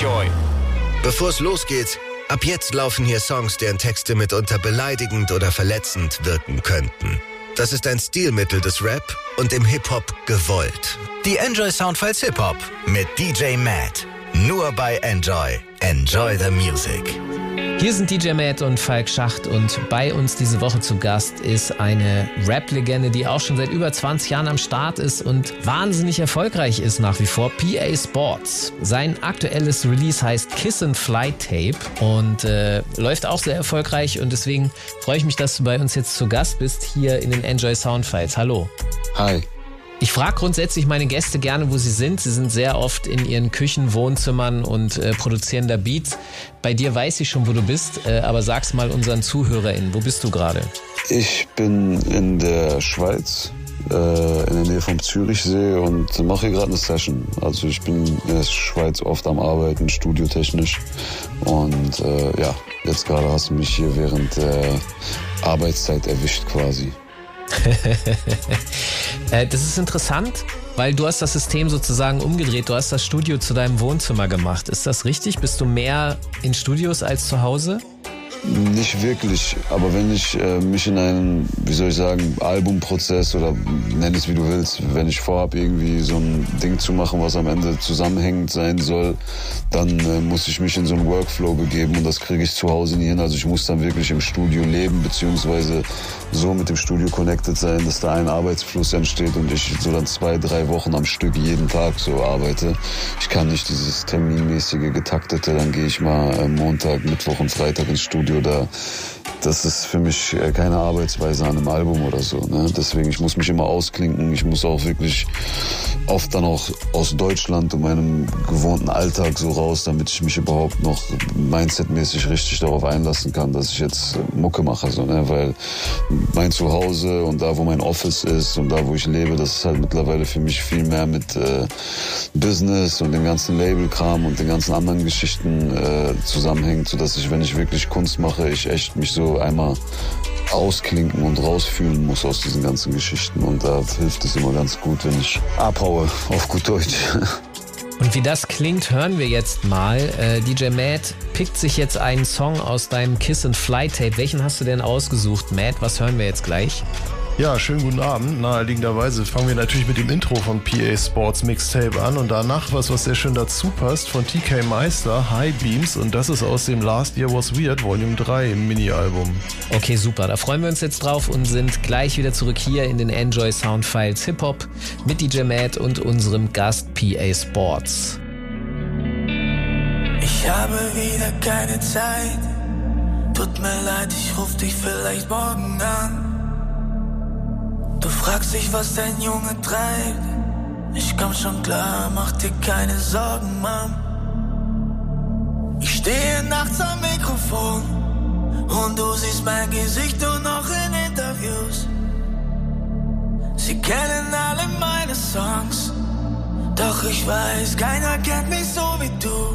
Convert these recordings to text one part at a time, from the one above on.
Enjoy. Bevor es losgeht, ab jetzt laufen hier Songs, deren Texte mitunter beleidigend oder verletzend wirken könnten. Das ist ein Stilmittel des Rap und im Hip-Hop gewollt. Die Enjoy Soundfiles Hip-Hop mit DJ Matt. Nur bei Enjoy. Enjoy the Music. Hier sind DJ Matt und Falk Schacht und bei uns diese Woche zu Gast ist eine Rap-Legende, die auch schon seit über 20 Jahren am Start ist und wahnsinnig erfolgreich ist nach wie vor, PA Sports. Sein aktuelles Release heißt Kiss and Fly Tape und läuft auch sehr erfolgreich und deswegen freue ich mich, dass du bei uns jetzt zu Gast bist hier in den Enjoy Soundfiles. Hallo. Hi. Ich frage grundsätzlich meine Gäste gerne, wo sie sind. Sie sind sehr oft in ihren Küchen, Wohnzimmern und produzieren da Beats. Bei dir weiß ich schon, wo du bist, aber sag's mal unseren ZuhörerInnen. Wo bist du gerade? Ich bin in der Schweiz, in der Nähe vom Zürichsee und mache hier gerade eine Session. Also ich bin in der Schweiz oft am Arbeiten, studiotechnisch. Und ja, jetzt gerade hast du mich hier während der Arbeitszeit erwischt quasi. Das ist interessant, weil du hast das System sozusagen umgedreht. Du hast das Studio zu deinem Wohnzimmer gemacht. Ist das richtig? Bist du mehr in Studios als zu Hause? Nicht wirklich, aber wenn ich mich in einen, wie soll ich sagen, Albumprozess oder nenn es wie du willst, wenn ich vorhabe irgendwie so ein Ding zu machen, was am Ende zusammenhängend sein soll, dann muss ich mich in so einen Workflow begeben und das kriege ich zu Hause nie hin. Also ich muss dann wirklich im Studio leben, beziehungsweise so mit dem Studio connected sein, dass da ein Arbeitsfluss entsteht und ich so dann 2-3 Wochen am Stück jeden Tag so arbeite. Ich kann nicht dieses terminmäßige, getaktete, dann gehe ich mal Montag, Mittwoch und Freitag ins Studio. Das ist für mich keine Arbeitsweise an einem Album oder so. Ne? Deswegen, ich muss mich immer ausklinken. Ich muss auch wirklich oft dann auch aus Deutschland und meinem gewohnten Alltag so raus, damit ich mich überhaupt noch mindsetmäßig richtig darauf einlassen kann, dass ich jetzt Mucke mache. So, ne? Weil mein Zuhause und da, wo mein Office ist und da, wo ich lebe, das ist halt mittlerweile für mich viel mehr mit Business und dem ganzen Labelkram und den ganzen anderen Geschichten zusammenhängt, sodass ich, wenn ich wirklich Kunst mache, ich echt mich so einmal ausklinken und rausfühlen muss aus diesen ganzen Geschichten. Und da hilft es immer ganz gut, wenn ich abhaue, auf gut Deutsch. Und wie das klingt, hören wir jetzt mal. DJ Matt pickt sich jetzt einen Song aus deinem Kiss and Fly Tape. Welchen hast du denn ausgesucht, Matt? Was hören wir jetzt gleich? Ja, schönen guten Abend. Naheliegenderweise fangen wir natürlich mit dem Intro von PA Sports Mixtape an und danach was sehr schön dazu passt, von TK Meister, High Beams, und das ist aus dem Last Year Was Weird Volume 3 Mini-Album. Okay, super. Da freuen wir uns jetzt drauf und sind gleich wieder zurück hier in den Enjoy Soundfiles Hip-Hop mit DJ Matt und unserem Gast PA Sports. Ich habe wieder keine Zeit. Tut mir leid, ich ruf dich vielleicht morgen an. Du fragst dich, was dein Junge treibt. Ich komm schon klar, mach dir keine Sorgen, Mann. Ich stehe nachts am Mikrofon und du siehst mein Gesicht nur noch in Interviews. Sie kennen alle meine Songs, doch ich weiß, keiner kennt mich so wie du.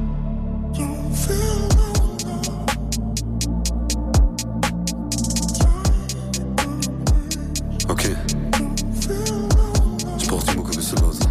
Okay. Ich brauch die Mucke ein bisschen lauter.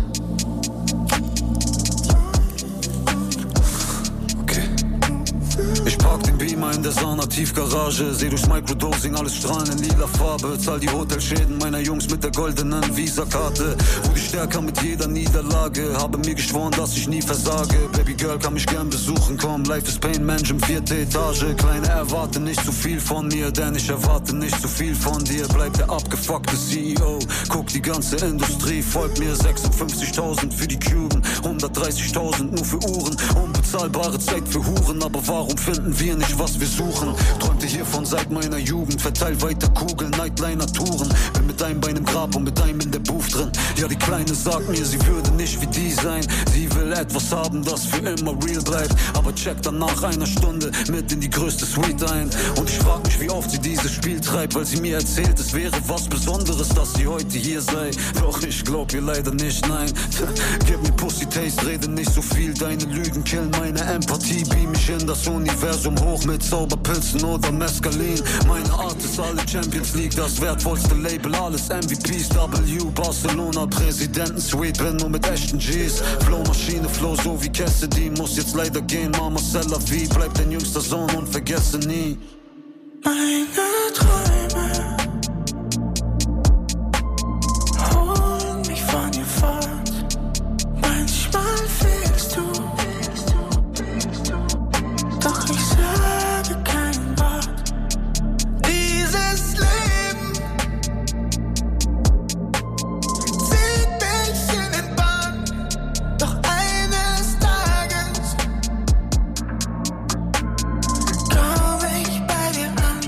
Okay. Ich park den Beamer in der Sauna-Tiefgarage. Seh durch Microdosing alles strahlen in lila Farbe. Zahl die Hotelschäden meiner Jungs mit der goldenen Visa-Karte. Wurde stärker mit jeder Niederlage. Habe mir geschworen, dass ich nie versage. Baby Girl kann mich gern besuchen, komm. Life is Pain, Mensch im 4. Etage. Kleine, erwarte nicht zu viel von mir, denn ich erwarte nicht zu viel von dir. Bleib der abgefuckte CEO. Guck, die ganze Industrie folgt mir. 56.000 für die Cuban, 130.000 nur für Uhren. Unbezahlbare Zeit für Huren, aber warum finden wir nicht, was wir suchen? Träumte hiervon seit meiner Jugend, verteil weiter Kugeln, Nightliner-Touren. Bin mit einem Bein im Grab und mit einem in der Booth drin. Ja, die Kleine sagt mir, sie würde nicht wie die sein. Sie will etwas haben, das für immer real bleibt. Aber checkt dann nach einer Stunde mit in die größte Suite ein. Und ich frag mich, wie oft sie dieses Spiel treibt, weil sie mir erzählt, es wäre was Besonderes, dass sie heute hier sei. Doch ich glaub ihr leider nicht, nein. Gib mir Pussy Taste, rede nicht so viel. Deine Lügen killen meine Empathie. Beam mich in das Universum hoch mit Soul Zauberpilzen oder Mescalin. Meine Art ist alle Champions League, das wertvollste Label, alles MVPs. W, Barcelona, Präsidenten-Suite, bin nur mit echten Gs. Flow-Maschine, Flow so wie Cassidy, muss jetzt leider gehen, Mama Sella wie, bleib dein jüngster Sohn und vergesse nie. Meine Träume holen mich von dir fort. Manchmal fehlst du, doch ich sage kein Wort. Dieses Leben zieht mich in den Bann, doch eines Tages glaube ich bei dir an.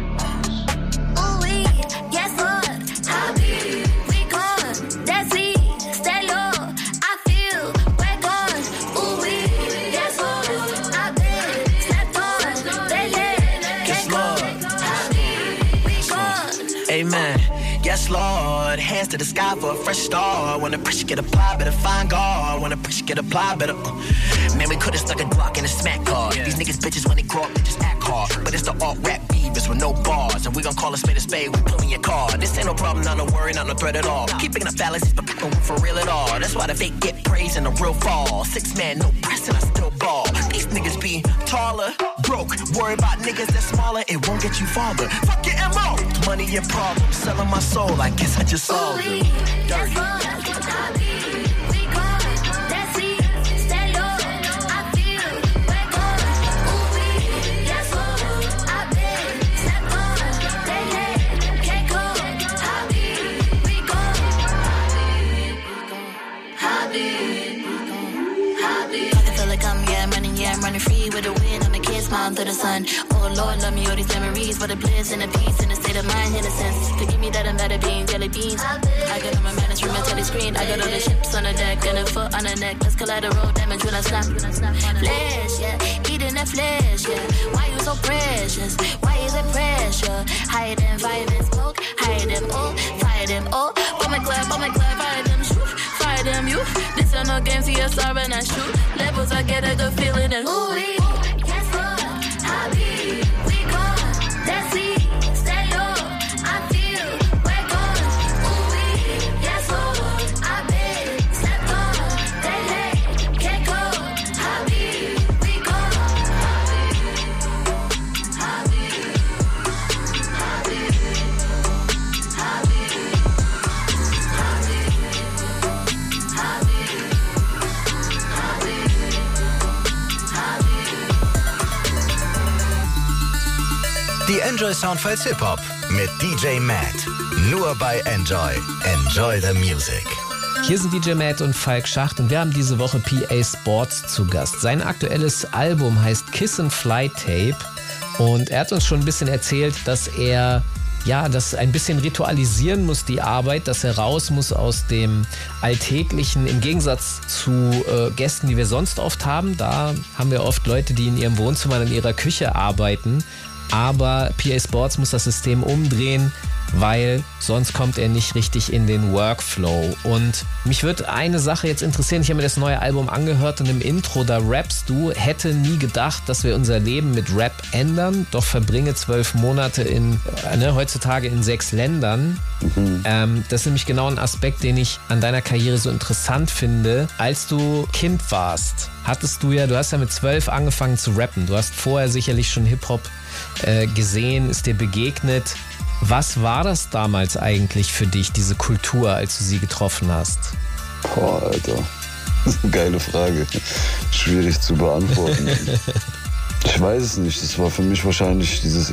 Ooh, yes, Lord, Happy, we gone, that's it, stay low, I feel, we're gone. Ooh, yes, Lord, I've been slept on, they can't go. Happy, we gone. Amen. Yes, Lord. Hands to the sky for a fresh start. When the pressure get applied, better find God. When the pressure get applied, better. Man, we could've stuck a Glock in a smack car. These niggas bitches when they grow up, they just act hard. But it's the alt rap beavers with no bars. And we gon' call a spade, we pulling your car. This ain't no problem, not no worry, not no threat at all. Keep picking up fallacies, but people for real at all. That's why the fake get praise and the real fall. 6 man, no press, and I still ball. These niggas be taller, broke. Worry about niggas that's smaller, it won't get you farther. Fuck your MO. Money and problems, selling my soul, I guess I just solved it. Yes, Lord, Happy, we gone, that's it, stay low, I feel, we're gone. Ooh, yes, Lord, I've been slept on, they can't go. Happy, we gone. Happy, I can feel it come, yeah, I'm running free with the wind on the kids, smile through the sun. Oh Lord, love me, all these memories, but the bliss and the peace and the state of mind, innocence. Forgive me that I'm better being jelly beans. I got on my manners from my telly screen. I got all the ships on the deck and a foot on the neck. Let's collateral damage when I snap. Flesh, yeah, eating that flesh, yeah. Why you so precious? Why is it pressure? Higher than fire and smoke, higher than all, fire them all. On my club, fire them, shoot, fire them, you. This ain't no game, see a star and I shoot. Levels, I get a good feeling and ooh, yes, Lord, Happy, we gone, that's it, stay low, I feel, we're gone. Ooh, yes, Lord, I've been slept on, they can't go. Happy, we gone. Happy, Die Enjoy Soundfiles Hip-Hop mit DJ Matt. Nur bei Enjoy. Enjoy the music. Hier sind DJ Matt und Falk Schacht und wir haben diese Woche PA Sports zu Gast. Sein aktuelles Album heißt Kiss and Fly Tape und er hat uns schon ein bisschen erzählt, dass er das ein bisschen ritualisieren muss, die Arbeit, dass er raus muss aus dem Alltäglichen, im Gegensatz zu Gästen, die wir sonst oft haben. Da haben wir oft Leute, die in ihrem Wohnzimmer in ihrer Küche arbeiten, aber PA Sports muss das System umdrehen, weil sonst kommt er nicht richtig in den Workflow. Und mich würde eine Sache jetzt interessieren, ich habe mir das neue Album angehört und im Intro, da rappst du, hätte nie gedacht, dass wir unser Leben mit Rap ändern, doch verbringe 12 Monate heutzutage in 6 Ländern. Das ist nämlich genau ein Aspekt, den ich an deiner Karriere so interessant finde. Als du Kind warst, du hast ja mit 12 angefangen zu rappen, du hast vorher sicherlich schon Hip-Hop gesehen, ist dir begegnet. Was war das damals eigentlich für dich, diese Kultur, als du sie getroffen hast? Boah, Alter, das ist eine geile Frage. Schwierig zu beantworten. Ich weiß es nicht. Das war für mich wahrscheinlich dieses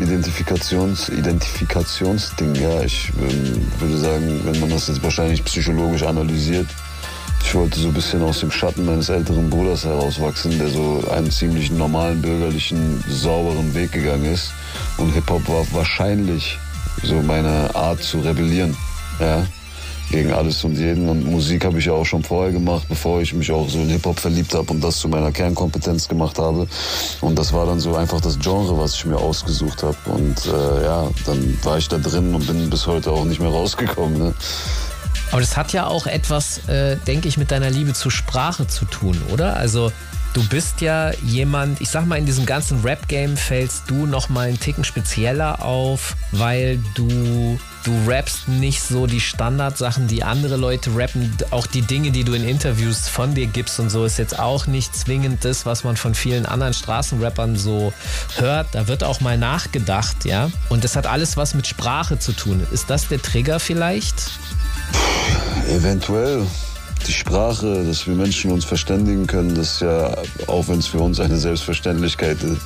Identifikationsding. Ja, ich würde sagen, wenn man das jetzt wahrscheinlich psychologisch analysiert, ich wollte so ein bisschen aus dem Schatten meines älteren Bruders herauswachsen, der so einen ziemlich normalen, bürgerlichen, sauberen Weg gegangen ist. Und Hip-Hop war wahrscheinlich so meine Art zu rebellieren, ja, gegen alles und jeden. Und Musik habe ich ja auch schon vorher gemacht, bevor ich mich auch so in Hip-Hop verliebt habe und das zu meiner Kernkompetenz gemacht habe. Und das war dann so einfach das Genre, was ich mir ausgesucht habe. Und dann war ich da drin und bin bis heute auch nicht mehr rausgekommen, ne? Aber das hat ja auch etwas, denke ich, mit deiner Liebe zur Sprache zu tun, oder? Also Du bist ja jemand, ich sag mal, in diesem ganzen Rap-Game fällst du noch mal einen Ticken spezieller auf, weil du rappst nicht so die Standardsachen, die andere Leute rappen. Auch die Dinge, die du in Interviews von dir gibst und so, ist jetzt auch nicht zwingend das, was man von vielen anderen Straßenrappern so hört. Da wird auch mal nachgedacht, ja. Und das hat alles was mit Sprache zu tun. Ist das der Trigger vielleicht? Eventuell. Die Sprache, dass wir Menschen uns verständigen können, das ist ja, auch wenn es für uns eine Selbstverständlichkeit ist,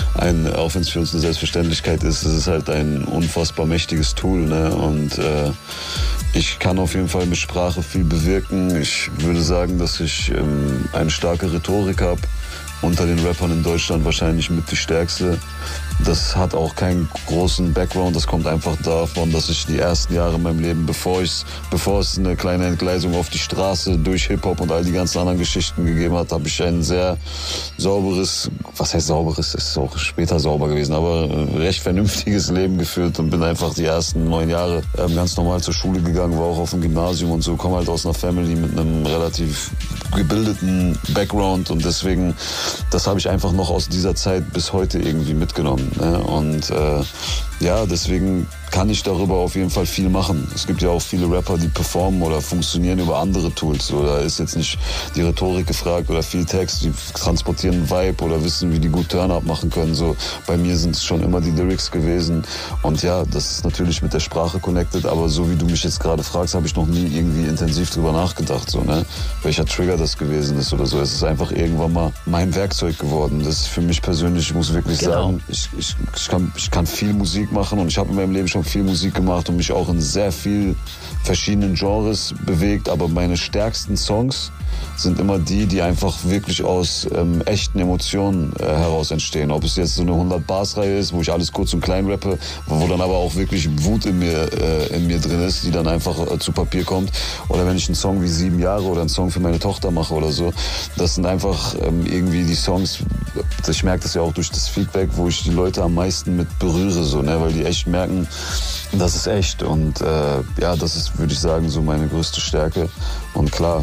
ist es halt ein unfassbar mächtiges Tool, ne? Und ich kann auf jeden Fall mit Sprache viel bewirken. Ich würde sagen, dass ich eine starke Rhetorik habe. Unter den Rappern in Deutschland wahrscheinlich mit die stärkste. Das hat auch keinen großen Background. Das kommt einfach davon, dass ich die ersten Jahre in meinem Leben, bevor es eine kleine Entgleisung auf die Straße durch Hip-Hop und all die ganzen anderen Geschichten gegeben hat, habe ich ein sehr sauberes, was heißt sauberes, ist auch später sauber gewesen, aber ein recht vernünftiges Leben geführt und bin einfach die ersten 9 Jahre ganz normal zur Schule gegangen, war auch auf dem Gymnasium und so, komme halt aus einer Family mit einem relativ gebildeten Background und deswegen, das habe ich einfach noch aus dieser Zeit bis heute irgendwie mitgenommen. Ne? Und ja, deswegen kann ich darüber auf jeden Fall viel machen. Es gibt ja auch viele Rapper, die performen oder funktionieren über andere Tools. Oder ist jetzt nicht die Rhetorik gefragt oder viel Text, die transportieren Vibe oder wissen, wie die gut Turn-Up machen können. So, bei mir sind es schon immer die Lyrics gewesen. Und ja, das ist natürlich mit der Sprache connected, aber so wie du mich jetzt gerade fragst, habe ich noch nie irgendwie intensiv drüber nachgedacht, so, ne? Welcher Trigger das gewesen ist oder so. Es ist einfach irgendwann mal mein Werkzeug geworden. Das ist für mich persönlich, ich muss wirklich sagen, ich kann viel Musik machen und ich habe in meinem Leben schon viel Musik gemacht und mich auch in sehr viel verschiedenen Genres bewegt, aber meine stärksten Songs sind immer die einfach wirklich aus echten Emotionen heraus entstehen. Ob es jetzt so eine 100-Bars-Reihe ist, wo ich alles kurz und klein rappe, wo dann aber auch wirklich Wut in mir drin ist, die dann einfach zu Papier kommt. Oder wenn ich einen Song wie 7 Jahre oder einen Song für meine Tochter mache oder so. Das sind einfach irgendwie die Songs, ich merke das ja auch durch das Feedback, wo ich die Leute am meisten mit berühre, so, ne? Weil die echt merken, das ist echt. Und ja, das ist, würde ich sagen, so meine größte Stärke. Und klar,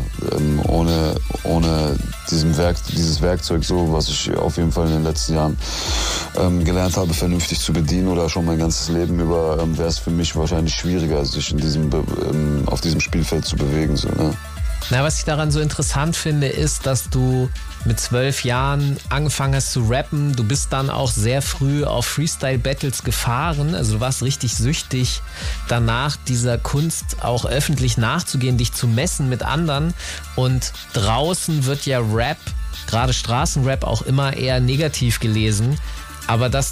ohne dieses Werkzeug, so, was ich auf jeden Fall in den letzten Jahren gelernt habe, vernünftig zu bedienen oder schon mein ganzes Leben über, wäre es für mich wahrscheinlich schwieriger, sich auf diesem Spielfeld zu bewegen. So, ne? Na, was ich daran so interessant finde, ist, dass du mit 12 Jahren angefangen hast zu rappen. Du bist dann auch sehr früh auf Freestyle-Battles gefahren. Also du warst richtig süchtig, danach dieser Kunst auch öffentlich nachzugehen, dich zu messen mit anderen. Und draußen wird ja Rap, gerade Straßenrap, auch immer eher negativ gelesen. Aber dass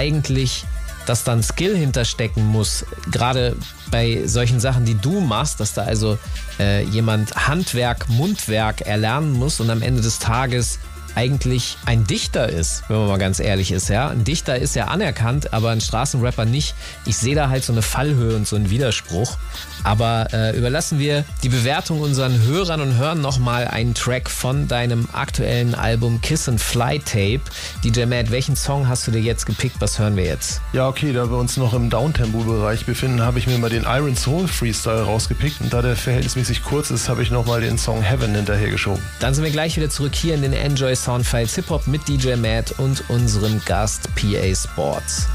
da ein Skill hinterstecken muss, gerade bei solchen Sachen, die du machst, dass da also jemand Handwerk, Mundwerk erlernen muss und am Ende des Tages eigentlich ein Dichter ist, wenn man mal ganz ehrlich ist, ja. Ein Dichter ist ja anerkannt, aber ein Straßenrapper nicht. Ich sehe da halt so eine Fallhöhe und so einen Widerspruch. Aber überlassen wir die Bewertung unseren Hörern und hören nochmal einen Track von deinem aktuellen Album Kiss and Fly Tape. DJ Matt, welchen Song hast du dir jetzt gepickt? Was hören wir jetzt? Ja, okay, da wir uns noch im Downtempo-Bereich befinden, habe ich mir mal den Iron Soul Freestyle rausgepickt. Und da der verhältnismäßig kurz ist, habe ich nochmal den Song Heaven hinterhergeschoben. Dann sind wir gleich wieder zurück hier in den Enjoy Soundfiles Hip-Hop mit DJ Matt und unserem Gast PA Sports.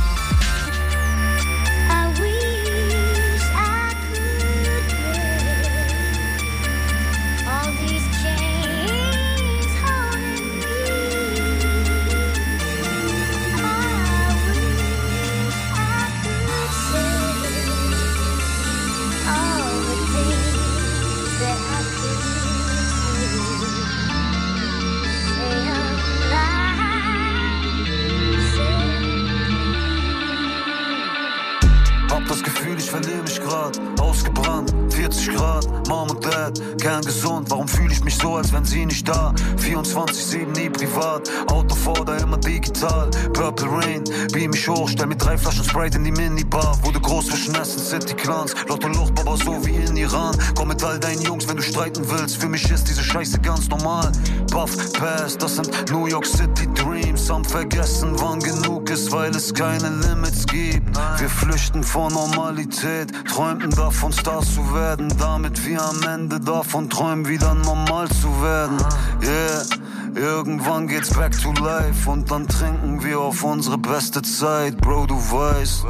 Kerngesund, warum fühle ich mich so, als wären sie nicht da? 24/7 nie privat, Auto Vorder immer digital. Purple Rain, beam mich hoch, stell mir 3 Flaschen Sprite in die Minibar. Wurde groß zwischen Essen, City Clans, Lotto Loch, Baba so wie in Iran. Komm mit all deinen Jungs, wenn du streiten willst, für mich ist diese Scheiße ganz normal. Puff, Pass, das sind New York City Dreams. Am Vergessen, wann genug ist, weil es keine Limits gibt. Wir flüchten vor Normalität, träumten davon Stars zu werden, damit wir am Ende davon träumen, wieder normal zu werden. Yeah, Irgendwann geht's back to life und dann trinken wir auf unsere beste Zeit. Bro, du weißt,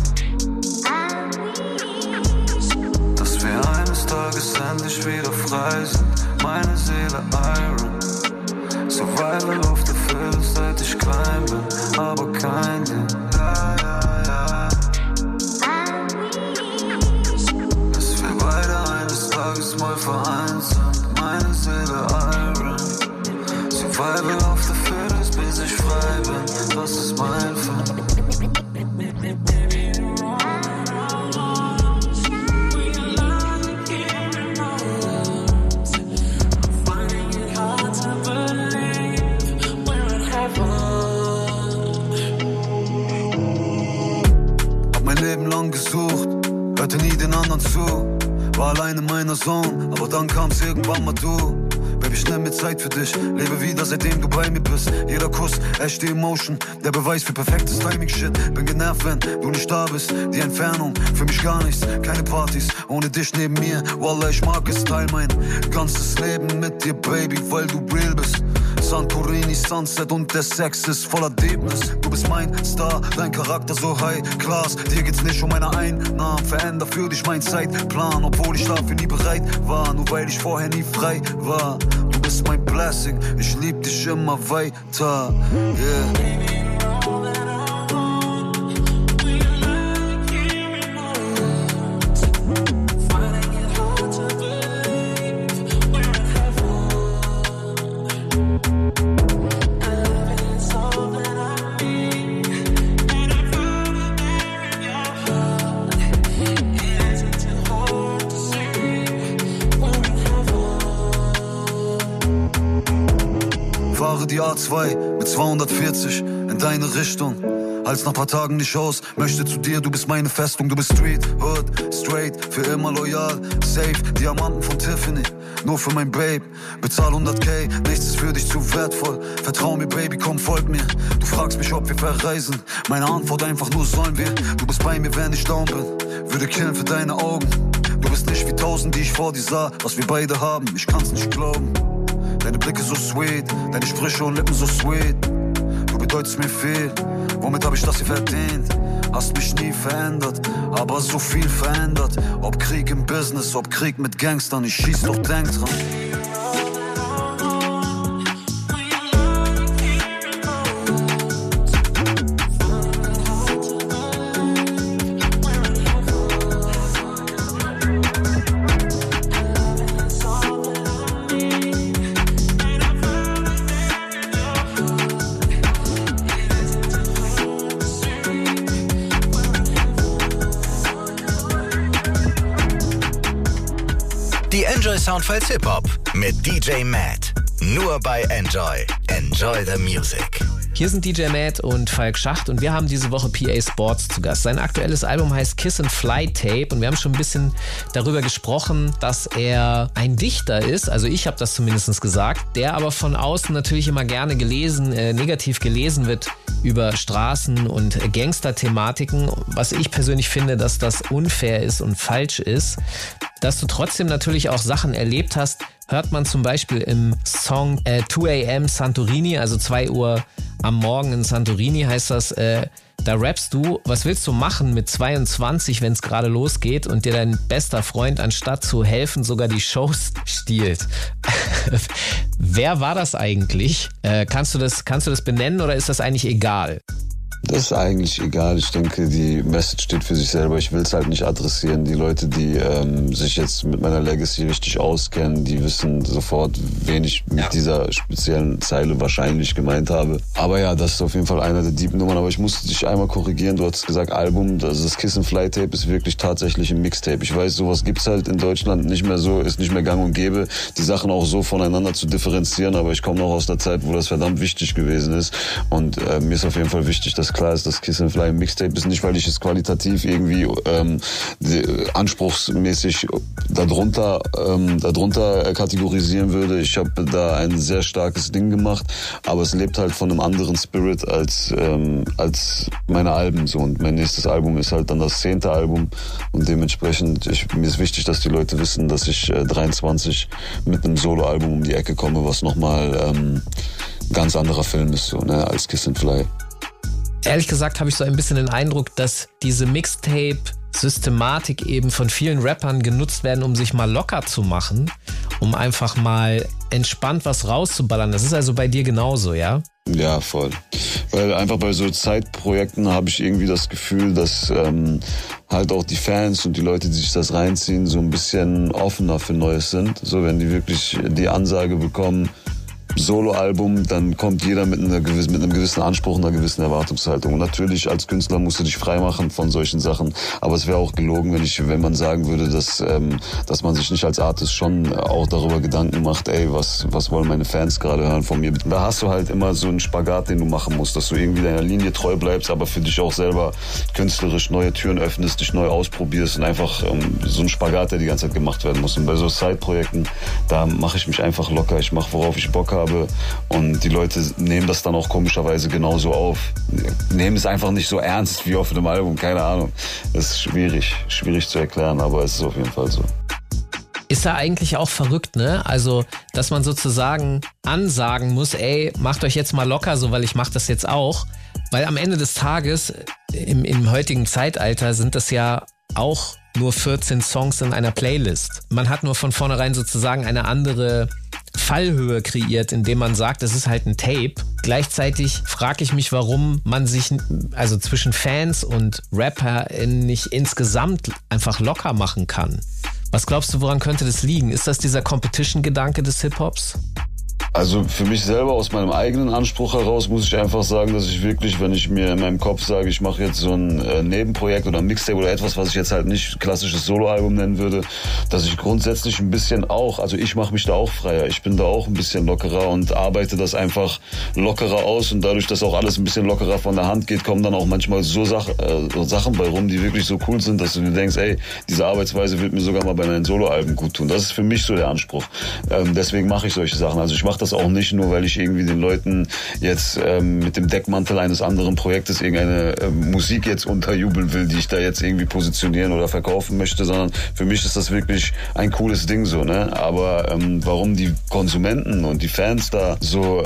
dass wir eines Tages endlich wieder frei sind. Meine Seele Iron, Survival of the Fittest, seit ich klein bin, aber kein Ding. Dass wir beide eines Tages mal vereint sind. Meine Seele Iron, Survival of the Fittest, bis ich frei bin, das ist mein Fall. Gesucht, hörte nie den anderen zu, war allein in meiner Zone, aber dann kam's irgendwann mal du. Baby, ich nehm mir Zeit für dich, lebe wieder seitdem du bei mir bist. Jeder Kuss, echte Emotion, der Beweis für perfektes Timing-Shit. Bin genervt, wenn du nicht da bist, die Entfernung, für mich gar nichts, keine Partys, ohne dich neben mir. Wallah, ich mag es, teil mein ganzes Leben mit dir, Baby, weil du real bist. Santorini, Sunset und der Sex ist voller Deepness. Du bist mein Star, dein Charakter so high class. Dir geht's nicht um meine Einnahmen, veränder für dich mein Zeitplan. Obwohl ich dafür nie bereit war, nur weil ich vorher nie frei war. Du bist mein Blessing, ich lieb dich immer weiter, yeah. Die A2 mit 240 in deine Richtung. Halt's nach paar Tagen nicht aus, möchte zu dir, du bist meine Festung. Du bist Street, Hood, straight, für immer loyal. Safe, Diamanten von Tiffany, nur für mein Babe. Bezahl 100k, nichts ist für dich zu wertvoll. Vertrau mir, Baby, komm, folg mir. Du fragst mich, ob wir verreisen. Meine Antwort einfach nur, sollen wir. Du bist bei mir, wenn ich down bin. Würde killen für deine Augen. Du bist nicht wie 1000, die ich vor dir sah. Was wir beide haben, ich kann's nicht glauben. Deine Blicke so sweet, deine Sprüche und Lippen so sweet. Du bedeutest mir viel, womit hab ich das hier verdient? Hast mich nie verändert, aber so viel verändert. Ob Krieg im Business, ob Krieg mit Gangstern, ich schieß doch, denk dran. Enjoy Soundfiles Hip-Hop mit DJ Matt. Nur bei Enjoy. Enjoy the music. Hier sind DJ Matt und Falk Schacht und wir haben diese Woche PA Sports zu Gast. Sein aktuelles Album heißt Kiss and Fly Tape und wir haben schon ein bisschen darüber gesprochen, dass er ein Dichter ist, also ich habe das zumindest gesagt, der aber von außen natürlich immer gerne negativ gelesen wird über Straßen- und Gangster-Thematiken, was ich persönlich finde, dass das unfair ist und falsch ist. Dass du trotzdem natürlich auch Sachen erlebt hast, hört man zum Beispiel im Song 2 AM Santorini, also 2 Uhr am Morgen in Santorini heißt das, da rappst du, was willst du machen mit 22, wenn es gerade losgeht und dir dein bester Freund anstatt zu helfen sogar die Shows stiehlt. Wer war das eigentlich? Kannst du das benennen oder ist das eigentlich egal? Das ist eigentlich egal. Ich denke, die Message steht für sich selber. Ich will es halt nicht adressieren. Die Leute, die sich jetzt mit meiner Legacy richtig auskennen, die wissen sofort, wen ich mit dieser speziellen Zeile wahrscheinlich gemeint habe. Aber ja, das ist auf jeden Fall einer der deepen Nummern. Aber ich muss dich einmal korrigieren. Du hast gesagt Album. Also das Kiss and Fly Tape ist wirklich tatsächlich ein Mixtape. Ich weiß, sowas gibt's halt in Deutschland nicht mehr so, ist nicht mehr gang und gäbe, die Sachen auch so voneinander zu differenzieren. Aber ich komme noch aus der Zeit, wo das verdammt wichtig gewesen ist. Und mir ist auf jeden Fall wichtig, dass klar ist, dass Kiss and Fly ein Mixtape ist, nicht weil ich es qualitativ irgendwie anspruchsmäßig darunter kategorisieren würde. Ich habe da ein sehr starkes Ding gemacht, aber es lebt halt von einem anderen Spirit als meine Alben so. Und mein nächstes Album ist halt dann das 10. Album und dementsprechend mir ist wichtig, dass die Leute wissen, dass ich 23 mit einem Soloalbum um die Ecke komme, was nochmal ganz anderer Film ist so, ne, als Kiss and Fly. Ehrlich gesagt habe ich so ein bisschen den Eindruck, dass diese Mixtape-Systematik eben von vielen Rappern genutzt werden, um sich mal locker zu machen, um einfach mal entspannt was rauszuballern. Das ist also bei dir genauso, ja? Ja, voll. Weil einfach bei so Zeitprojekten habe ich irgendwie das Gefühl, dass halt auch die Fans und die Leute, die sich das reinziehen, so ein bisschen offener für Neues sind. So, wenn die wirklich die Ansage bekommen, Soloalbum, dann kommt jeder mit einem gewissen Anspruch und einer gewissen Erwartungshaltung. Und natürlich als Künstler musst du dich freimachen von solchen Sachen, aber es wäre auch gelogen, wenn man sagen würde, dass man sich nicht als Artist schon auch darüber Gedanken macht, ey, was wollen meine Fans gerade hören von mir. Da hast du halt immer so einen Spagat, den du machen musst, dass du irgendwie deiner Linie treu bleibst, aber für dich auch selber künstlerisch neue Türen öffnest, dich neu ausprobierst und einfach so ein Spagat, der die ganze Zeit gemacht werden muss. Und bei so Side-Projekten, da mache ich mich einfach locker, ich mache, worauf ich Bock habe. Und die Leute nehmen das dann auch komischerweise genauso auf. Nehmen es einfach nicht so ernst wie auf einem Album, keine Ahnung. Das ist schwierig zu erklären, aber es ist auf jeden Fall so. Ist ja eigentlich auch verrückt, ne? Also, dass man sozusagen ansagen muss, ey, macht euch jetzt mal locker so, weil ich mach das jetzt auch. Weil am Ende des Tages, im heutigen Zeitalter, sind das ja auch nur 14 Songs in einer Playlist. Man hat nur von vornherein sozusagen eine andere Fallhöhe kreiert, indem man sagt, es ist halt ein Tape. Gleichzeitig frage ich mich, warum man sich also zwischen Fans und Rapper nicht insgesamt einfach locker machen kann. Was glaubst du, woran könnte das liegen? Ist das dieser Competition-Gedanke des Hip-Hops? Also für mich selber, aus meinem eigenen Anspruch heraus, muss ich einfach sagen, dass ich wirklich, wenn ich mir in meinem Kopf sage, ich mache jetzt so ein Nebenprojekt oder ein Mixtape oder etwas, was ich jetzt halt nicht klassisches Soloalbum nennen würde, dass ich grundsätzlich ein bisschen auch, also ich mache mich da auch freier, ich bin da auch ein bisschen lockerer und arbeite das einfach lockerer aus und dadurch, dass auch alles ein bisschen lockerer von der Hand geht, kommen dann auch manchmal so Sachen bei rum, die wirklich so cool sind, dass du dir denkst, ey, diese Arbeitsweise wird mir sogar mal bei meinen Soloalben gut tun. Das ist für mich so der Anspruch. Deswegen mache ich solche Sachen. Also ich mache das auch nicht nur, weil ich irgendwie den Leuten jetzt mit dem Deckmantel eines anderen Projektes irgendeine Musik jetzt unterjubeln will, die ich da jetzt irgendwie positionieren oder verkaufen möchte, sondern für mich ist das wirklich ein cooles Ding so, ne? Aber warum die Konsumenten und die Fans da so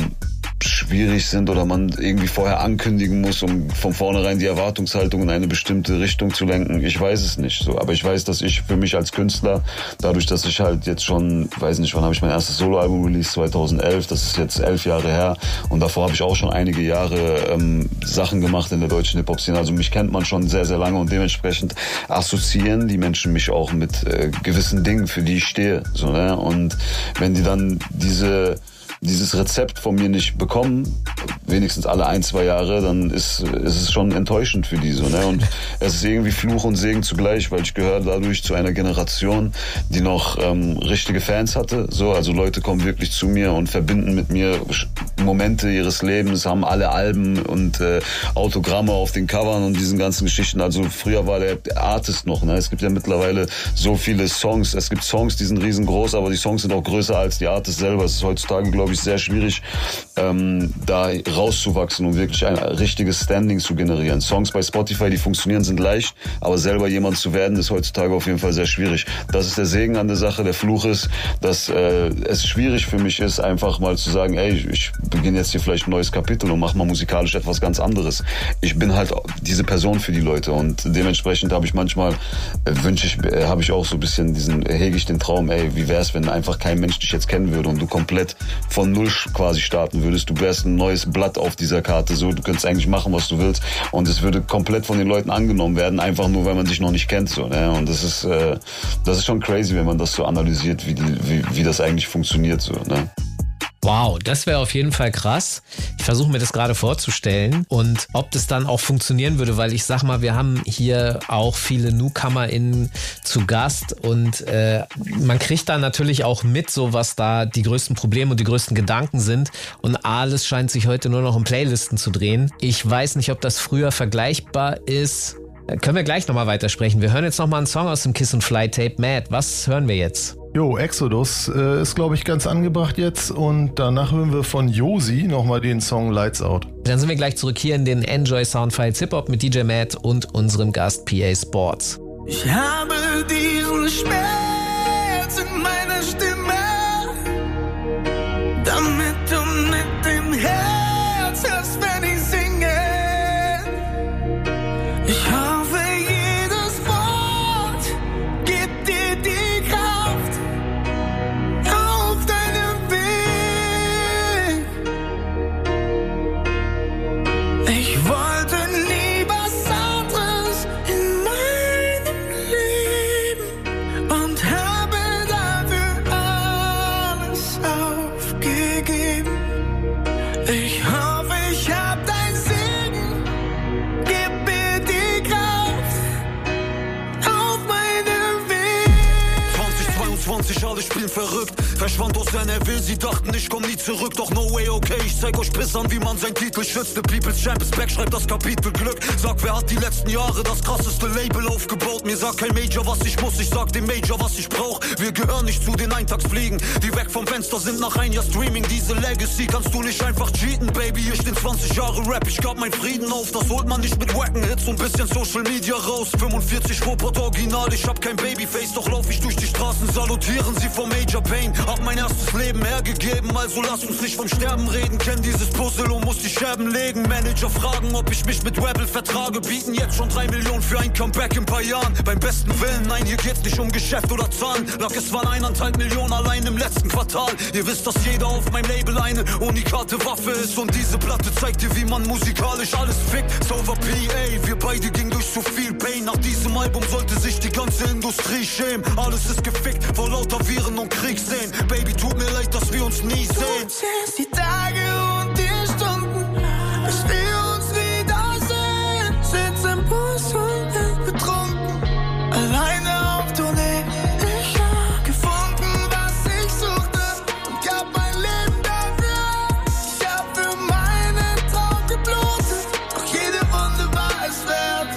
schwierig sind oder man irgendwie vorher ankündigen muss, um von vornherein die Erwartungshaltung in eine bestimmte Richtung zu lenken. Ich weiß es nicht so, aber ich weiß, dass ich für mich als Künstler, dadurch, dass ich halt jetzt schon, weiß nicht, wann habe ich mein erstes Soloalbum released, 2011, das ist jetzt 11 Jahre her und davor habe ich auch schon einige Jahre Sachen gemacht in der deutschen Hip-Hop-Szene, also mich kennt man schon sehr, sehr lange und dementsprechend assoziieren die Menschen mich auch mit gewissen Dingen, für die ich stehe, so, ne? Und wenn die dann dieses Rezept von mir nicht bekommen, wenigstens alle 1-2 Jahre, dann ist es schon enttäuschend für die so, ne? Und es ist irgendwie Fluch und Segen zugleich, weil ich gehöre dadurch zu einer Generation, die noch richtige Fans hatte. So, also Leute kommen wirklich zu mir und verbinden mit mir Momente ihres Lebens, haben alle Alben und Autogramme auf den Covern und diesen ganzen Geschichten. Also früher war der Artist noch, ne? Es gibt ja mittlerweile so viele Songs. Es gibt Songs, die sind riesengroß, aber die Songs sind auch größer als die Artist selber. Es ist heutzutage, glaube ich, sehr schwierig, da rauszuwachsen und wirklich ein richtiges Standing zu generieren. Songs bei Spotify, die funktionieren, sind leicht, aber selber jemand zu werden, ist heutzutage auf jeden Fall sehr schwierig. Das ist der Segen an der Sache. Der Fluch ist, dass es schwierig für mich ist, einfach mal zu sagen, ey, ich beginne jetzt hier vielleicht ein neues Kapitel und mache mal musikalisch etwas ganz anderes. Ich bin halt diese Person für die Leute und dementsprechend habe ich manchmal, habe ich auch so ein bisschen hege ich den Traum, ey, wie wär's, wenn einfach kein Mensch dich jetzt kennen würde und du komplett von Null quasi starten würdest. Du wärst ein neues Blatt auf dieser Karte, so, du könntest eigentlich machen, was du willst und es würde komplett von den Leuten angenommen werden, einfach nur, weil man dich noch nicht kennt, so, ne? Und das ist schon crazy, wenn man das so analysiert, wie das eigentlich funktioniert, so, ne? Wow, das wäre auf jeden Fall krass. Ich versuche mir das gerade vorzustellen und ob das dann auch funktionieren würde, weil ich sag mal, wir haben hier auch viele NewcomerInnen zu Gast und man kriegt da natürlich auch mit, so was da die größten Probleme und die größten Gedanken sind und alles scheint sich heute nur noch um Playlisten zu drehen. Ich weiß nicht, ob das früher vergleichbar ist. Können wir gleich nochmal weitersprechen. Wir hören jetzt nochmal einen Song aus dem Kiss and Fly Tape Mad. Was hören wir jetzt? Jo, Exodus ist, glaube ich, ganz angebracht jetzt und danach hören wir von Josi nochmal den Song Lights Out. Dann sind wir gleich zurück hier in den Enjoy Soundfiles Hip-Hop mit DJ Matt und unserem Gast PA Sports. Ich habe diesen Schmerz in meiner Stimme, damit du mit dem Herz hörst, wenn ich singe. Ich hoffe, jedes Wort gibt dir die Kraft auf deinem Weg. Ich wollte nie was anderes in meinem Leben und habe dafür alles aufgegeben. Ich hoffe, ich hab dein Segen, gib mir die Kraft auf meinem Weg. 2022, alle spielen verrückt. Verschwand aus NRW, sie dachten, ich komm nie zurück. Doch no way, okay, ich zeig euch Pissern, wie man seinen Titel schützt. The People's Champ ist back, schreibt das Kapitel Glück. Sag, wer hat die letzten Jahre das krasseste Label aufgebaut? Mir sagt kein Major, was ich muss, ich sag dem Major, was ich brauch. Wir gehören nicht zu den Eintagsfliegen, die weg vom Fenster sind nach ein Jahr Streaming. Diese Legacy kannst du nicht einfach cheaten, Baby. Ich steh 20 Jahre Rap, ich gab meinen Frieden auf. Das holt man nicht mit wacken Hits und bisschen Social Media raus. 45 Robot Original, ich hab kein Babyface, doch lauf ich durch die Straßen, salutieren sie vor Major Pain. Hab mein erstes Leben hergegeben, also lass uns nicht vom Sterben reden. Kenn dieses Puzzle und muss die Scherben legen. Manager fragen, ob ich mich mit Rebel vertrage. Bieten jetzt schon 3 Millionen für ein Comeback in paar Jahren. Beim besten Willen, nein, hier geht's nicht um Geschäft oder Zahlen. Lag es waren 1,5 Millionen allein im letzten Quartal. Ihr wisst, dass jeder auf meinem Label eine unikate Waffe ist. Und diese Platte zeigt dir, wie man musikalisch alles fickt. Sober PA, wir beide gingen durch so viel Pain. Nach diesem Album sollte sich die ganze Industrie schämen. Alles ist gefickt, vor lauter Viren und Krieg sehen. Baby, tut mir leid, dass wir uns nie sehen. Die Tage und die Stunden, bis wir uns wiedersehen. Sitz im Bus und bin betrunken, alleine auf Tournee. Ich hab gefunden, was ich suchte und gab mein Leben dafür. Ich hab für meinen Traum geblutet, doch jede Wunde war es wert.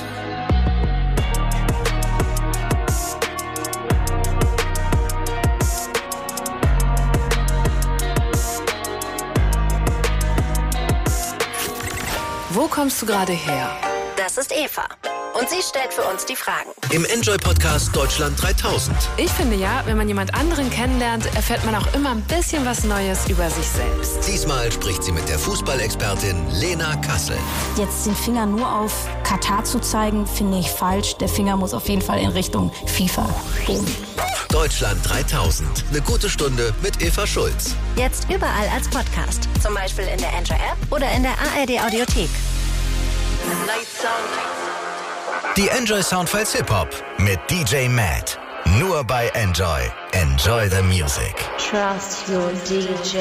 Wo kommst du gerade her? Das ist Eva. Und sie stellt für uns die Fragen. Im Enjoy-Podcast Deutschland 3000. Ich finde ja, wenn man jemand anderen kennenlernt, erfährt man auch immer ein bisschen was Neues über sich selbst. Diesmal spricht sie mit der Fußballexpertin Lena Kassel. Jetzt den Finger nur auf Katar zu zeigen, finde ich falsch. Der Finger muss auf jeden Fall in Richtung FIFA. Boom. Deutschland 3000. Eine gute Stunde mit Eva Schulz. Jetzt überall als Podcast. Zum Beispiel in der Enjoy-App oder in der ARD-Audiothek. Die Enjoy Soundfiles Hip-Hop mit DJ Matt. Nur bei Enjoy. Enjoy the music. Trust your DJ.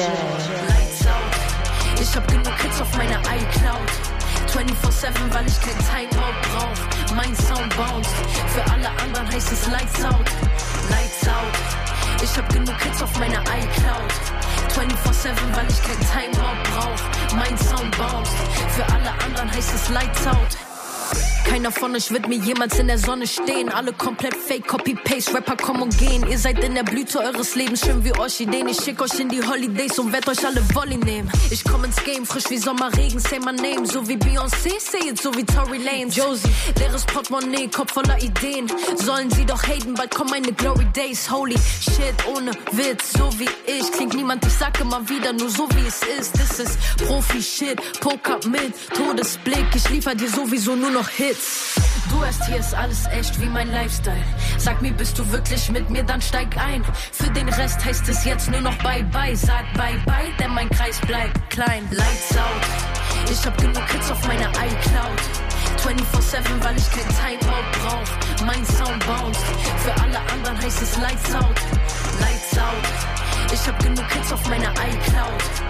Ich hab genug Hits auf meiner iCloud. 24/7, weil ich kein Timeout brauch. Mein Sound bounced. Für alle anderen heißt es Lights Out. Lights Out. Ich hab genug Hits auf meiner iCloud. 24/7, weil ich kein Timeout brauch. Mein Sound bounced. Für alle anderen heißt es Lights Out. Keiner von euch wird mir jemals in der Sonne stehen. Alle komplett fake, Copy-Paste, Rapper kommen und gehen. Ihr seid in der Blüte eures Lebens, schön wie Orchideen. Ich schick euch in die Holidays und werd euch alle Volley nehmen. Ich komm ins Game, frisch wie Sommerregen, say my name. So wie Beyoncé, say it, so wie Tory Lanez. Josie, leeres Portemonnaie, Kopf voller Ideen. Sollen sie doch haten, bald kommen meine Glory Days. Holy shit, ohne Witz, so wie ich. Klingt niemand, ich sag immer wieder, nur so wie es ist. Das ist Profi-Shit, Poker mit Todesblick. Ich liefer dir sowieso nur noch Hits. Du erst, hier ist alles echt wie mein Lifestyle. Sag mir, bist du wirklich mit mir, dann steig ein. Für den Rest heißt es jetzt nur noch Bye-Bye. Sag Bye-Bye, denn mein Kreis bleibt klein. Lights out, ich hab genug Hits auf meiner iCloud. 24/7, weil ich kein Timeout brauch. Mein Sound bounced, für alle anderen heißt es Lights out. Lights out, ich hab genug Hits auf meiner iCloud.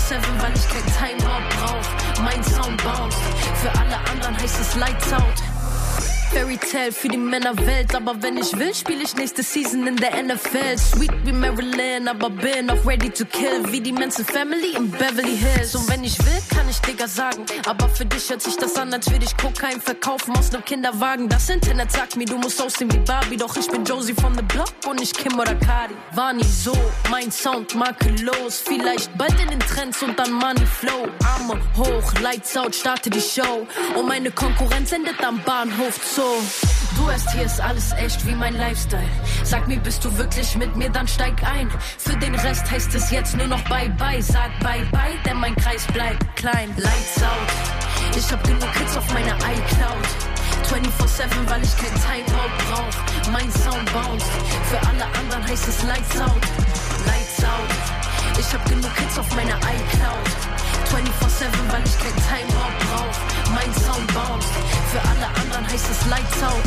weil ich kein Timeout brauch. Mein Sound bounced, für alle anderen heißt es Lights Out. Fairy Tale für die Männerwelt, aber wenn ich will, spiele ich nächste Season in der NFL. Sweet wie Marilyn, aber bin auch ready to kill, wie die Manson Family in Beverly Hills. Und wenn ich will, kann ich Digga sagen, aber für dich hört sich das an, als würde ich Kokain verkaufen aus nem Kinderwagen. Das Internet sagt mir, du musst aussehen wie Barbie, doch ich bin Josie von The Block und nicht Kim oder Cardi. War nie so, mein Sound makellos, vielleicht bald in den Trends und dann Money Flow. Arme hoch, Lights Out, starte die Show und meine Konkurrenz endet am Bahnhof Zoo. Du erst hier ist alles echt wie mein Lifestyle. Sag mir, bist du wirklich mit mir, dann steig ein. Für den Rest heißt es jetzt nur noch Bye-Bye. Sag Bye-Bye, denn mein Kreis bleibt klein. Lights out, ich hab genug Hits auf meiner iCloud. 24/7, weil ich kein Timeout brauch. Mein Sound bounced, für alle anderen heißt es Lights out. Lights out, ich hab genug Hits auf meiner iCloud. 24/7, weil ich kein Timeout brauch. Mein Sound bounced, für alle anderen heißt es Lights out.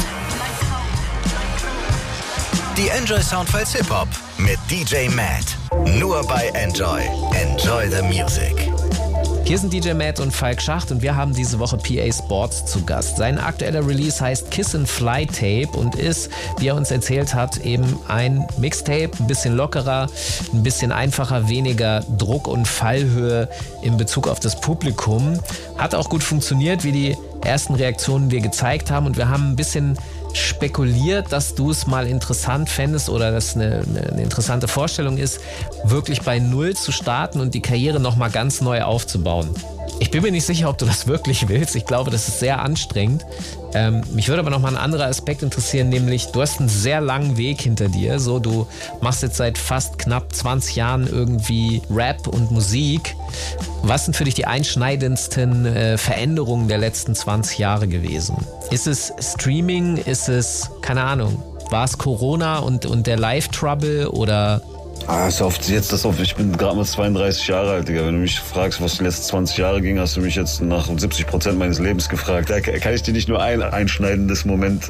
Die Enjoy Soundfiles Hip-Hop mit DJ Matt. Nur bei Enjoy. Enjoy the music. Hier sind DJ Matt und Falk Schacht und wir haben diese Woche PA Sports zu Gast. Sein aktueller Release heißt Kiss and Fly Tape und ist, wie er uns erzählt hat, eben ein Mixtape, ein bisschen lockerer, ein bisschen einfacher, weniger Druck und Fallhöhe in Bezug auf das Publikum. Hat auch gut funktioniert, wie die ersten Reaktionen wir gezeigt haben, und wir haben ein bisschen spekuliert, dass du es mal interessant fändest oder dass eine interessante Vorstellung ist, wirklich bei Null zu starten und die Karriere nochmal ganz neu aufzubauen. Ich bin mir nicht sicher, ob du das wirklich willst. Ich glaube, das ist sehr anstrengend. Mich würde aber noch mal ein anderer Aspekt interessieren, nämlich du hast einen sehr langen Weg hinter dir. So, du machst jetzt seit fast knapp 20 Jahren irgendwie Rap und Musik. Was sind für dich die einschneidendsten Veränderungen der letzten 20 Jahre gewesen? Ist es Streaming? Ist es, keine Ahnung, war es Corona und der Live-Trouble oder... Ich bin gerade mal 32 Jahre alt, Digga. Wenn du mich fragst, was die letzten 20 Jahre ging, hast du mich jetzt nach 70% meines Lebens gefragt. Da kann ich dir nicht nur ein einschneidendes Moment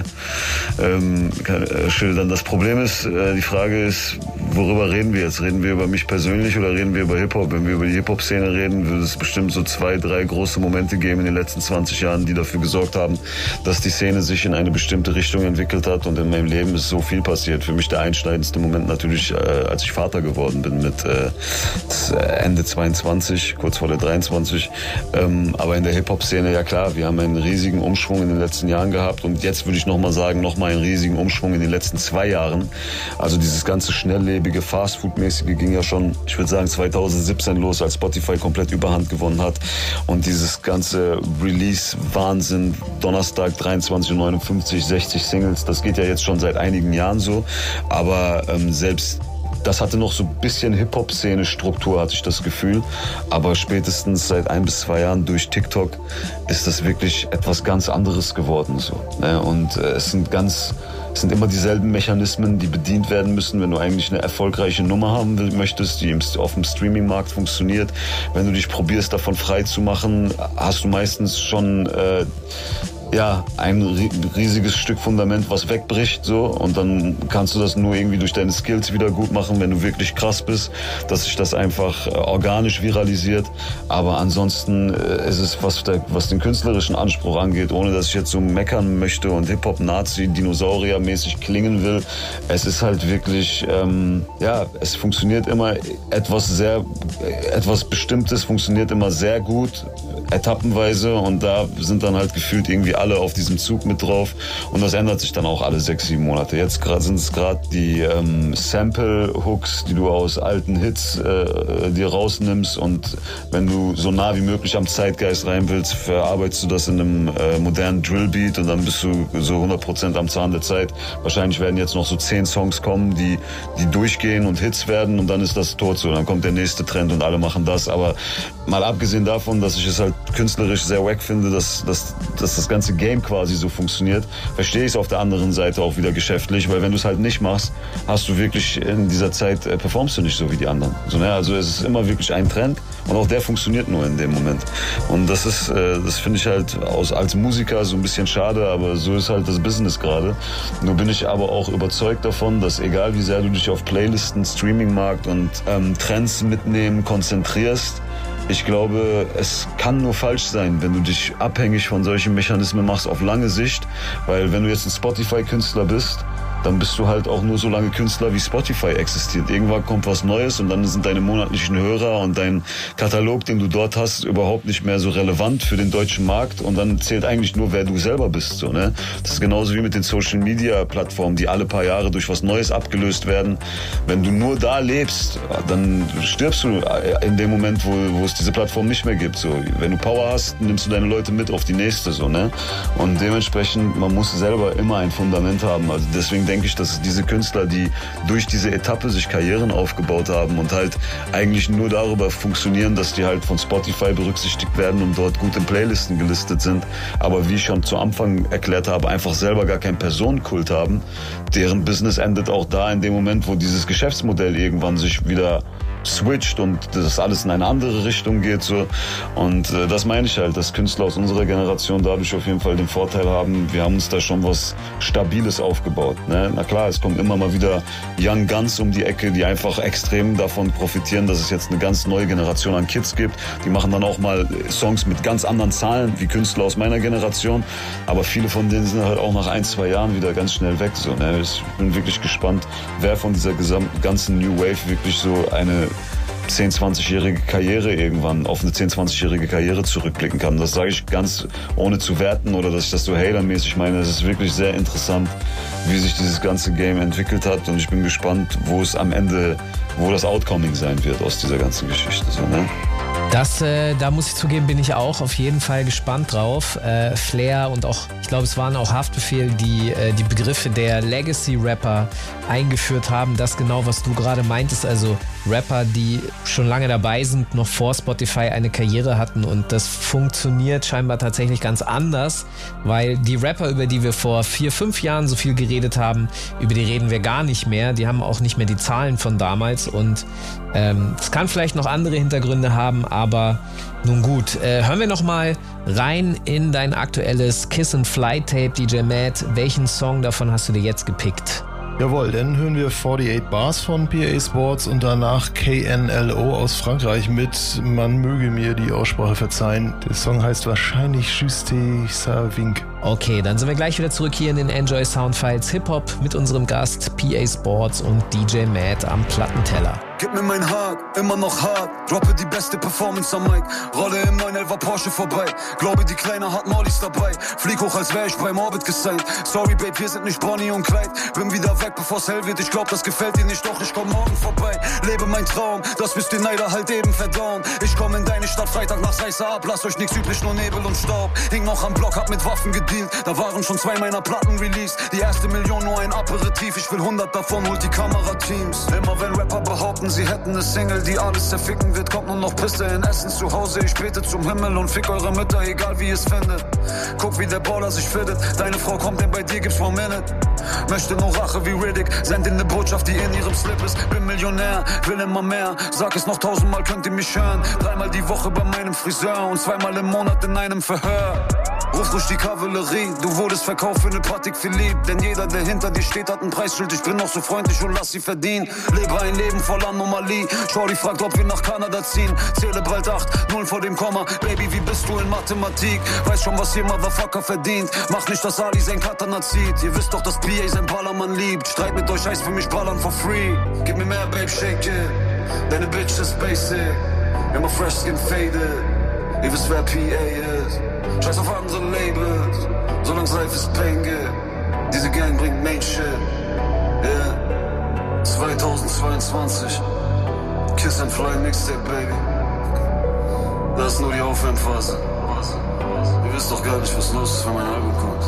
schildern. Das Problem ist, die Frage ist, worüber reden wir jetzt? Reden wir über mich persönlich oder reden wir über Hip-Hop? Wenn wir über die Hip-Hop-Szene reden, wird es bestimmt so 2, 3 große Momente geben in den letzten 20 Jahren, die dafür gesorgt haben, dass die Szene sich in eine bestimmte Richtung entwickelt hat. Und in meinem Leben ist so viel passiert. Für mich der einschneidendste Moment natürlich, als ich Vater geworden bin mit Ende 22, kurz vor der 23. Aber in der Hip-Hop-Szene, ja klar, wir haben einen riesigen Umschwung in den letzten Jahren gehabt. Und jetzt würde ich nochmal sagen, nochmal einen riesigen Umschwung in den letzten 2 Jahren. Also dieses ganze schnelllebige, Fastfood-mäßige ging ja schon, ich würde sagen, 2017 los, als Spotify komplett Überhand gewonnen hat. Und dieses ganze Release-Wahnsinn, Donnerstag 23:59, 60 Singles, das geht ja jetzt schon seit einigen Jahren so. Aber selbst das hatte noch so ein bisschen Hip-Hop-Szene-Struktur, hatte ich das Gefühl. Aber spätestens seit 1 bis 2 Jahren durch TikTok ist das wirklich etwas ganz anderes geworden. So, ne? Und es sind immer dieselben Mechanismen, die bedient werden müssen, wenn du eigentlich eine erfolgreiche Nummer haben möchtest, die auf dem Streaming-Markt funktioniert. Wenn du dich probierst, davon frei zu machen, hast du meistens schon ein riesiges Stück Fundament, was wegbricht, so, und dann kannst du das nur irgendwie durch deine Skills wieder gut machen, wenn du wirklich krass bist, dass sich das einfach organisch viralisiert. Aber ansonsten ist es, was den künstlerischen Anspruch angeht, ohne dass ich jetzt so meckern möchte und Hip-Hop-Nazi, Dinosaurier-mäßig klingen will, es ist halt wirklich, es funktioniert immer etwas Bestimmtes funktioniert immer sehr gut, etappenweise, und da sind dann halt gefühlt irgendwie alle auf diesem Zug mit drauf, und das ändert sich dann auch alle 6, 7 Monate. Jetzt sind es gerade die Sample-Hooks, die du aus alten Hits dir rausnimmst, und wenn du so nah wie möglich am Zeitgeist rein willst, verarbeitest du das in einem modernen Drillbeat, und dann bist du so 100% am Zahn der Zeit. Wahrscheinlich werden jetzt noch so 10 Songs kommen, die durchgehen und Hits werden, und dann ist das tot so. Dann kommt der nächste Trend und alle machen das. Aber mal abgesehen davon, dass ich es halt künstlerisch sehr wack finde, dass das ganze Game quasi so funktioniert, verstehe ich es auf der anderen Seite auch wieder geschäftlich, weil wenn du es halt nicht machst, hast du wirklich in dieser Zeit, performst du nicht so wie die anderen. So, ne? Also es ist immer wirklich ein Trend und auch der funktioniert nur in dem Moment. Und das finde ich halt als Musiker so ein bisschen schade, aber so ist halt das Business gerade. Nur bin ich aber auch überzeugt davon, dass egal wie sehr du dich auf Playlisten, Streamingmarkt und Trends mitnehmen konzentrierst, ich glaube, es kann nur falsch sein, wenn du dich abhängig von solchen Mechanismen machst auf lange Sicht, weil wenn du jetzt ein Spotify-Künstler bist, dann bist du halt auch nur so lange Künstler, wie Spotify existiert. Irgendwann kommt was Neues und dann sind deine monatlichen Hörer und dein Katalog, den du dort hast, überhaupt nicht mehr so relevant für den deutschen Markt und dann zählt eigentlich nur, wer du selber bist. So, ne? Das ist genauso wie mit den Social-Media-Plattformen, die alle paar Jahre durch was Neues abgelöst werden. Wenn du nur da lebst, dann stirbst du in dem Moment, wo es diese Plattform nicht mehr gibt. So, wenn du Power hast, nimmst du deine Leute mit auf die nächste. So, ne? Und dementsprechend, man muss selber immer ein Fundament haben. Also deswegen denke ich, dass diese Künstler, die durch diese Etappe sich Karrieren aufgebaut haben und halt eigentlich nur darüber funktionieren, dass die halt von Spotify berücksichtigt werden und dort gut in Playlisten gelistet sind, aber wie ich schon zu Anfang erklärt habe, einfach selber gar keinen Personenkult haben, deren Business endet auch da in dem Moment, wo dieses Geschäftsmodell irgendwann sich wieder switcht und das alles in eine andere Richtung geht. So. Und das meine ich halt, dass Künstler aus unserer Generation dadurch auf jeden Fall den Vorteil haben, wir haben uns da schon was Stabiles aufgebaut. Ne? Na klar, es kommen immer mal wieder Young Guns um die Ecke, die einfach extrem davon profitieren, dass es jetzt eine ganz neue Generation an Kids gibt. Die machen dann auch mal Songs mit ganz anderen Zahlen wie Künstler aus meiner Generation. Aber viele von denen sind halt auch nach 1-2 Jahren wieder ganz schnell weg. So, ne? Ich bin wirklich gespannt, wer von dieser ganzen New Wave wirklich so eine 10-20-jährige Karriere irgendwann auf eine 10-20-jährige Karriere zurückblicken kann. Das sage ich ganz ohne zu werten oder dass ich das so hatermäßig meine. Es ist wirklich sehr interessant, wie sich dieses ganze Game entwickelt hat und ich bin gespannt, wo es am Ende, wo das Outcoming sein wird aus dieser ganzen Geschichte. So, ne? Da muss ich zugeben, bin ich auch auf jeden Fall gespannt drauf. Flair und auch, ich glaube, es waren auch Haftbefehl, die Begriffe der Legacy-Rapper eingeführt haben. Das genau, was du gerade meintest, also Rapper, die schon lange dabei sind, noch vor Spotify eine Karriere hatten und das funktioniert scheinbar tatsächlich ganz anders, weil die Rapper, über die wir vor 4-5 Jahren so viel geredet haben, über die reden wir gar nicht mehr. Die haben auch nicht mehr die Zahlen von damals und es kann vielleicht noch andere Hintergründe haben, aber nun gut. Hören wir nochmal rein in dein aktuelles Kiss and Fly Tape, DJ Matt. Welchen Song davon hast du dir jetzt gepickt? Jawohl, dann hören wir 48 Bars von PA Sports und danach KNLO aus Frankreich mit Man möge mir die Aussprache verzeihen. Der Song heißt wahrscheinlich Juste sa Wink. Okay, dann sind wir gleich wieder zurück hier in den Enjoy Soundfiles Hip-Hop mit unserem Gast PA Sports und DJ Matt am Plattenteller. Gib mir mein Hart, immer noch hart. Droppe die beste Performance am Mic. Rolle im 911er Porsche vorbei. Glaube, die Kleine hat Mollys dabei. Flieg hoch, als wär ich beim Orbit gesigned. Sorry, Babe, wir sind nicht Bonnie und Clyde. Bin wieder weg, bevor's hell wird. Ich glaub, das gefällt dir nicht, doch ich komm morgen vorbei. Lebe mein Traum, das müsst ihr Neider halt eben verdauen. Ich komm in deine Stadt Freitag nach Seißer ab. Lass euch nix übrig, nur Nebel und Staub. Hing noch am Block, hab mit Waffen gedealt. Da waren schon 2 meiner Platten released. Die erste Million nur ein Aperitif. Ich will 100 davon, holt die Kamerateams. Immer wenn Rapper behaupten, sie hätten eine Single, die alles zerficken wird, kommt nur noch Pisse in Essen zu Hause. Ich bete zum Himmel und fick eure Mütter, egal wie es findet. Guck, wie der Baller sich fittet. Deine Frau kommt, denn bei dir gibt's 1 Minute. Möchte nur Rache wie Riddick. Send in ne Botschaft, die in ihrem Slip ist. Bin Millionär, will immer mehr. Sag es noch 1000-mal, könnt ihr mich hören. 3-mal die Woche bei meinem Friseur und 2-mal im Monat in einem Verhör. Ruf durch die Kavallerie, du wurdest verkauft für ne Patik Philipp. Denn jeder, der hinter dir steht, hat ein Preisschild. Ich bin noch so freundlich und lass sie verdienen. Lebe ein Leben voller Anomalie. Shorty fragt, ob wir nach Kanada ziehen. Zähle bald 8, 0 vor dem Komma. Baby, wie bist du in Mathematik? Weiß schon, was ihr Motherfucker verdient. Mach nicht, dass Ali sein Katana zieht. Ihr wisst doch, dass PA sein Ballermann liebt. Streit mit euch heißt für mich ballern for free. Gib mir mehr, Babe, shake it. Deine Bitch ist basic. Immer fresh skin faded. Ihr wisst, wer PA ist. Scheiß auf andere Labels, solang's Life is Pain gibt. Diese Gang bringt Main Shit, yeah. 2022, Kiss and Fly Mixtape, Baby. Das ist nur die Aufwärmphase. Ihr wisst doch gar nicht, was los ist, wenn mein Album kommt.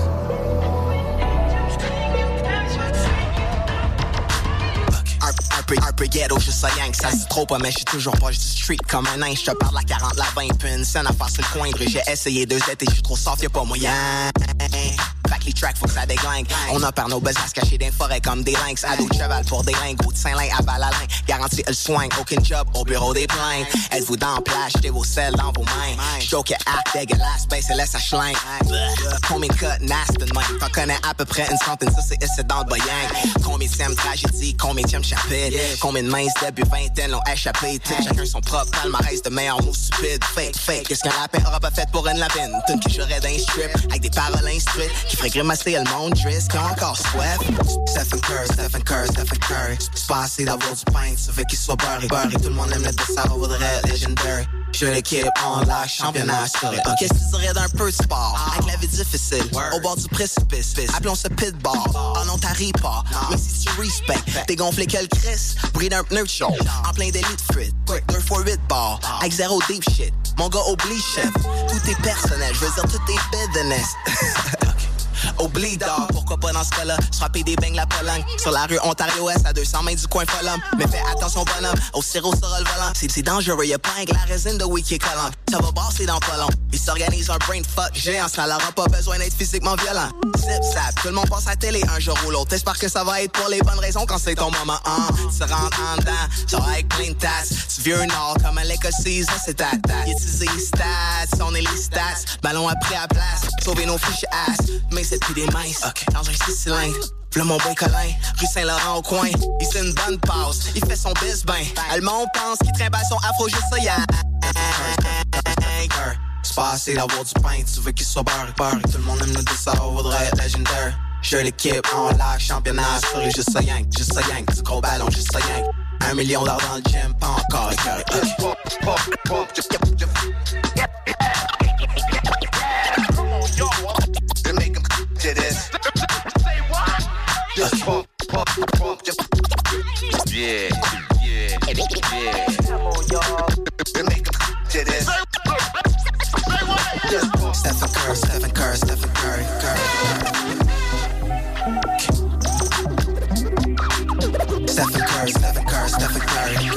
Un peu ghetto, juste ça yank, ça se dit trop pas, mais j'suis toujours pas, j'dis street comme un nain. J'te parle la 40, la 20, puis une scène à faire sur le coin. J'ai essayé 2 étés, j'suis trop soft, y'a pas moyen. Fait que les tracks, faut que ça déglingue. On a par nos buzz à se cacher dans les forêts comme des lynx. Ado de cheval pour des lingots de Saint-Lin à Balalin. Garantie le swing, aucun job au bureau des plaintes. Êtes-vous dans la plage, jetez vos selles dans vos mains. J'joke et acte dégueulasse, baisse et laisse à schlingue. Combien de cut nasty de même? T'en connais à peu près une centaine, ça c'est ici dans le boyang. Combien de tragédie, combien de chapitre? Combien de minces début vingtaine l'ont échappé? Chacun son propre palmarès de meilleurs mots stupides. Fake, qu'est-ce qu'un lapin aura pas fait pour une lapine? Tune que j'aurais d'un strip, avec des paroles instruites qui ferait grimacer le monde triste, qui a encore soif. Stephen Curry. C'est pas assez d'avoir du pain, tu veux qu'il soit beurré. Tout le monde aime le dessin, on voudrait legendary. Je l'équipe en live, championnat assuré. Qu'est-ce que tu dirais d'un peu de sport? Avec la vie difficile, au bord du précipice. Appelons ça pitball. Oh non, t'arrives pas, même si tu respectes. T'es gonflé que le Chris, brille d'un pneu de show. En plein d'élite frit, 2x8 bars. Avec zéro deep shit, mon gars oublie chef. Tout est personnel, je veux dire tout est business. Oublie d'or, pourquoi pas dans ce cas-là? Frapper des beignes la Pologne. Sur la rue Ontario-Est à 200 mètres du coin Folum. Mais fais attention bonhomme, au sirop sera le volant. C'est dangereux, y'a pas avec la résine de Wiki collant. Ça va brasser dans pas long. Ils s'organisent un brain fuck géant, ça leur a pas besoin d'être physiquement violent. Zip zap, tout le monde passe à la télé un jour ou l'autre. T'espères que ça va être pour les bonnes raisons quand c'est ton moment. Tu rentres en dedans, genre avec plein de tasses. Tu vieux nord comme un l'écossise, c'est ta tasse. Utiliser les stats, on est les stats. Ballon après à place, sauver nos fiches ass. Mais c'est plus des minces, dans un 6 cylindres. V'là mon boy Colin, rue Saint-Laurent au coin. Il fait une bonne passe, il fait son bis-bain. Allemand pense qu'il trimballe son afro juste ça, yeah. C'est pas assez d'avoir du pain, tu veux qu'il soit beurré. Tout le monde aime le dessin, voudrait être légendaire. Je l'équipe en live, championnat assuré, juste ça yank. Du gros ballon, juste ça yank. 1 million $ dans le gym, pas encore écœuré. Just pump, just yeah. Come on, y'all. Make them to this. Stephen Curry. Stephen Curry.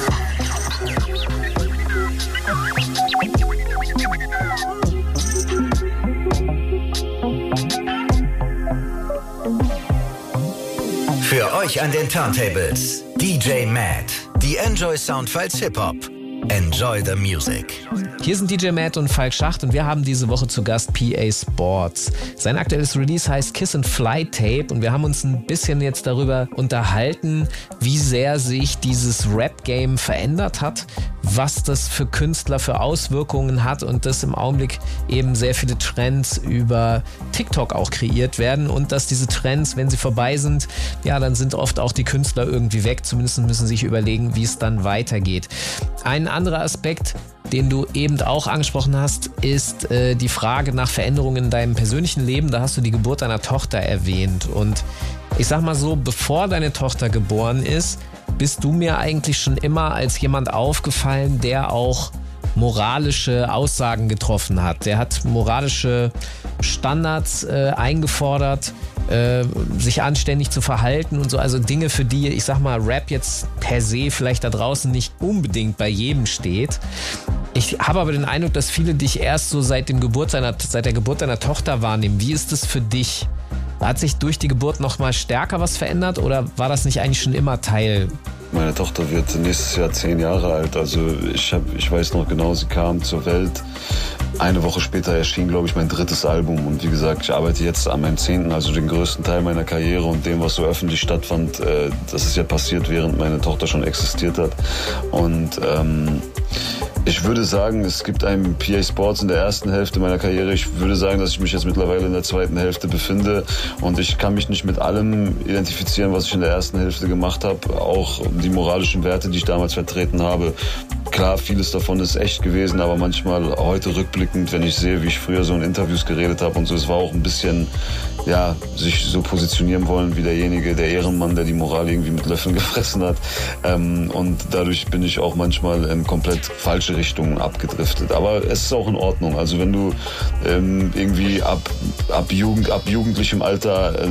Für euch an den Turntables, DJ Matt. Die Enjoy Soundfiles Hip-Hop. Enjoy the music. Hier sind DJ Matt und Falk Schacht und wir haben diese Woche zu Gast PA Sports. Sein aktuelles Release heißt Kiss and Fly Tape und wir haben uns ein bisschen jetzt darüber unterhalten, wie sehr sich dieses Rap-Game verändert hat, was das für Künstler für Auswirkungen hat und dass im Augenblick eben sehr viele Trends über TikTok auch kreiert werden und dass diese Trends, wenn sie vorbei sind, ja, dann sind oft auch die Künstler irgendwie weg. Zumindest müssen sie sich überlegen, wie es dann weitergeht. Ein anderer Aspekt, den du eben auch angesprochen hast, ist die Frage nach Veränderungen in deinem persönlichen Leben. Da hast du die Geburt deiner Tochter erwähnt. Und ich sag mal so, bevor deine Tochter geboren ist, bist du mir eigentlich schon immer als jemand aufgefallen, der auch moralische Aussagen getroffen hat. Der hat moralische Standards eingefordert, sich anständig zu verhalten und so, also Dinge, für die, ich sag mal, Rap jetzt per se vielleicht da draußen nicht unbedingt bei jedem steht. Ich habe aber den Eindruck, dass viele dich erst so seit der Geburt deiner Tochter wahrnehmen. Wie ist das für dich? Hat sich durch die Geburt noch mal stärker was verändert oder war das nicht eigentlich schon immer Teil? Meine Tochter wird nächstes Jahr 10 Jahre alt. Also ich weiß noch genau, sie kam zur Welt. Eine Woche später erschien, glaube ich, mein 3. Album. Und wie gesagt, ich arbeite jetzt an meinem 10., also den größten Teil meiner Karriere und dem, was so öffentlich stattfand. Das ist ja passiert, während meine Tochter schon existiert hat. Und ich würde sagen, es gibt einen PA Sports in der ersten Hälfte meiner Karriere. Ich würde sagen, dass ich mich jetzt mittlerweile in der zweiten Hälfte befinde. Und ich kann mich nicht mit allem identifizieren, was ich in der ersten Hälfte gemacht habe. Auch die moralischen Werte, die ich damals vertreten habe. Klar, vieles davon ist echt gewesen, aber manchmal heute rückblickend, wenn ich sehe, wie ich früher so in Interviews geredet habe und so, es war auch ein bisschen, sich so positionieren wollen wie derjenige, der Ehrenmann, der die Moral irgendwie mit Löffeln gefressen hat. Und dadurch bin ich auch manchmal in komplett falsche Richtungen abgedriftet. Aber es ist auch in Ordnung. Also wenn du irgendwie ab jugendlichem Alter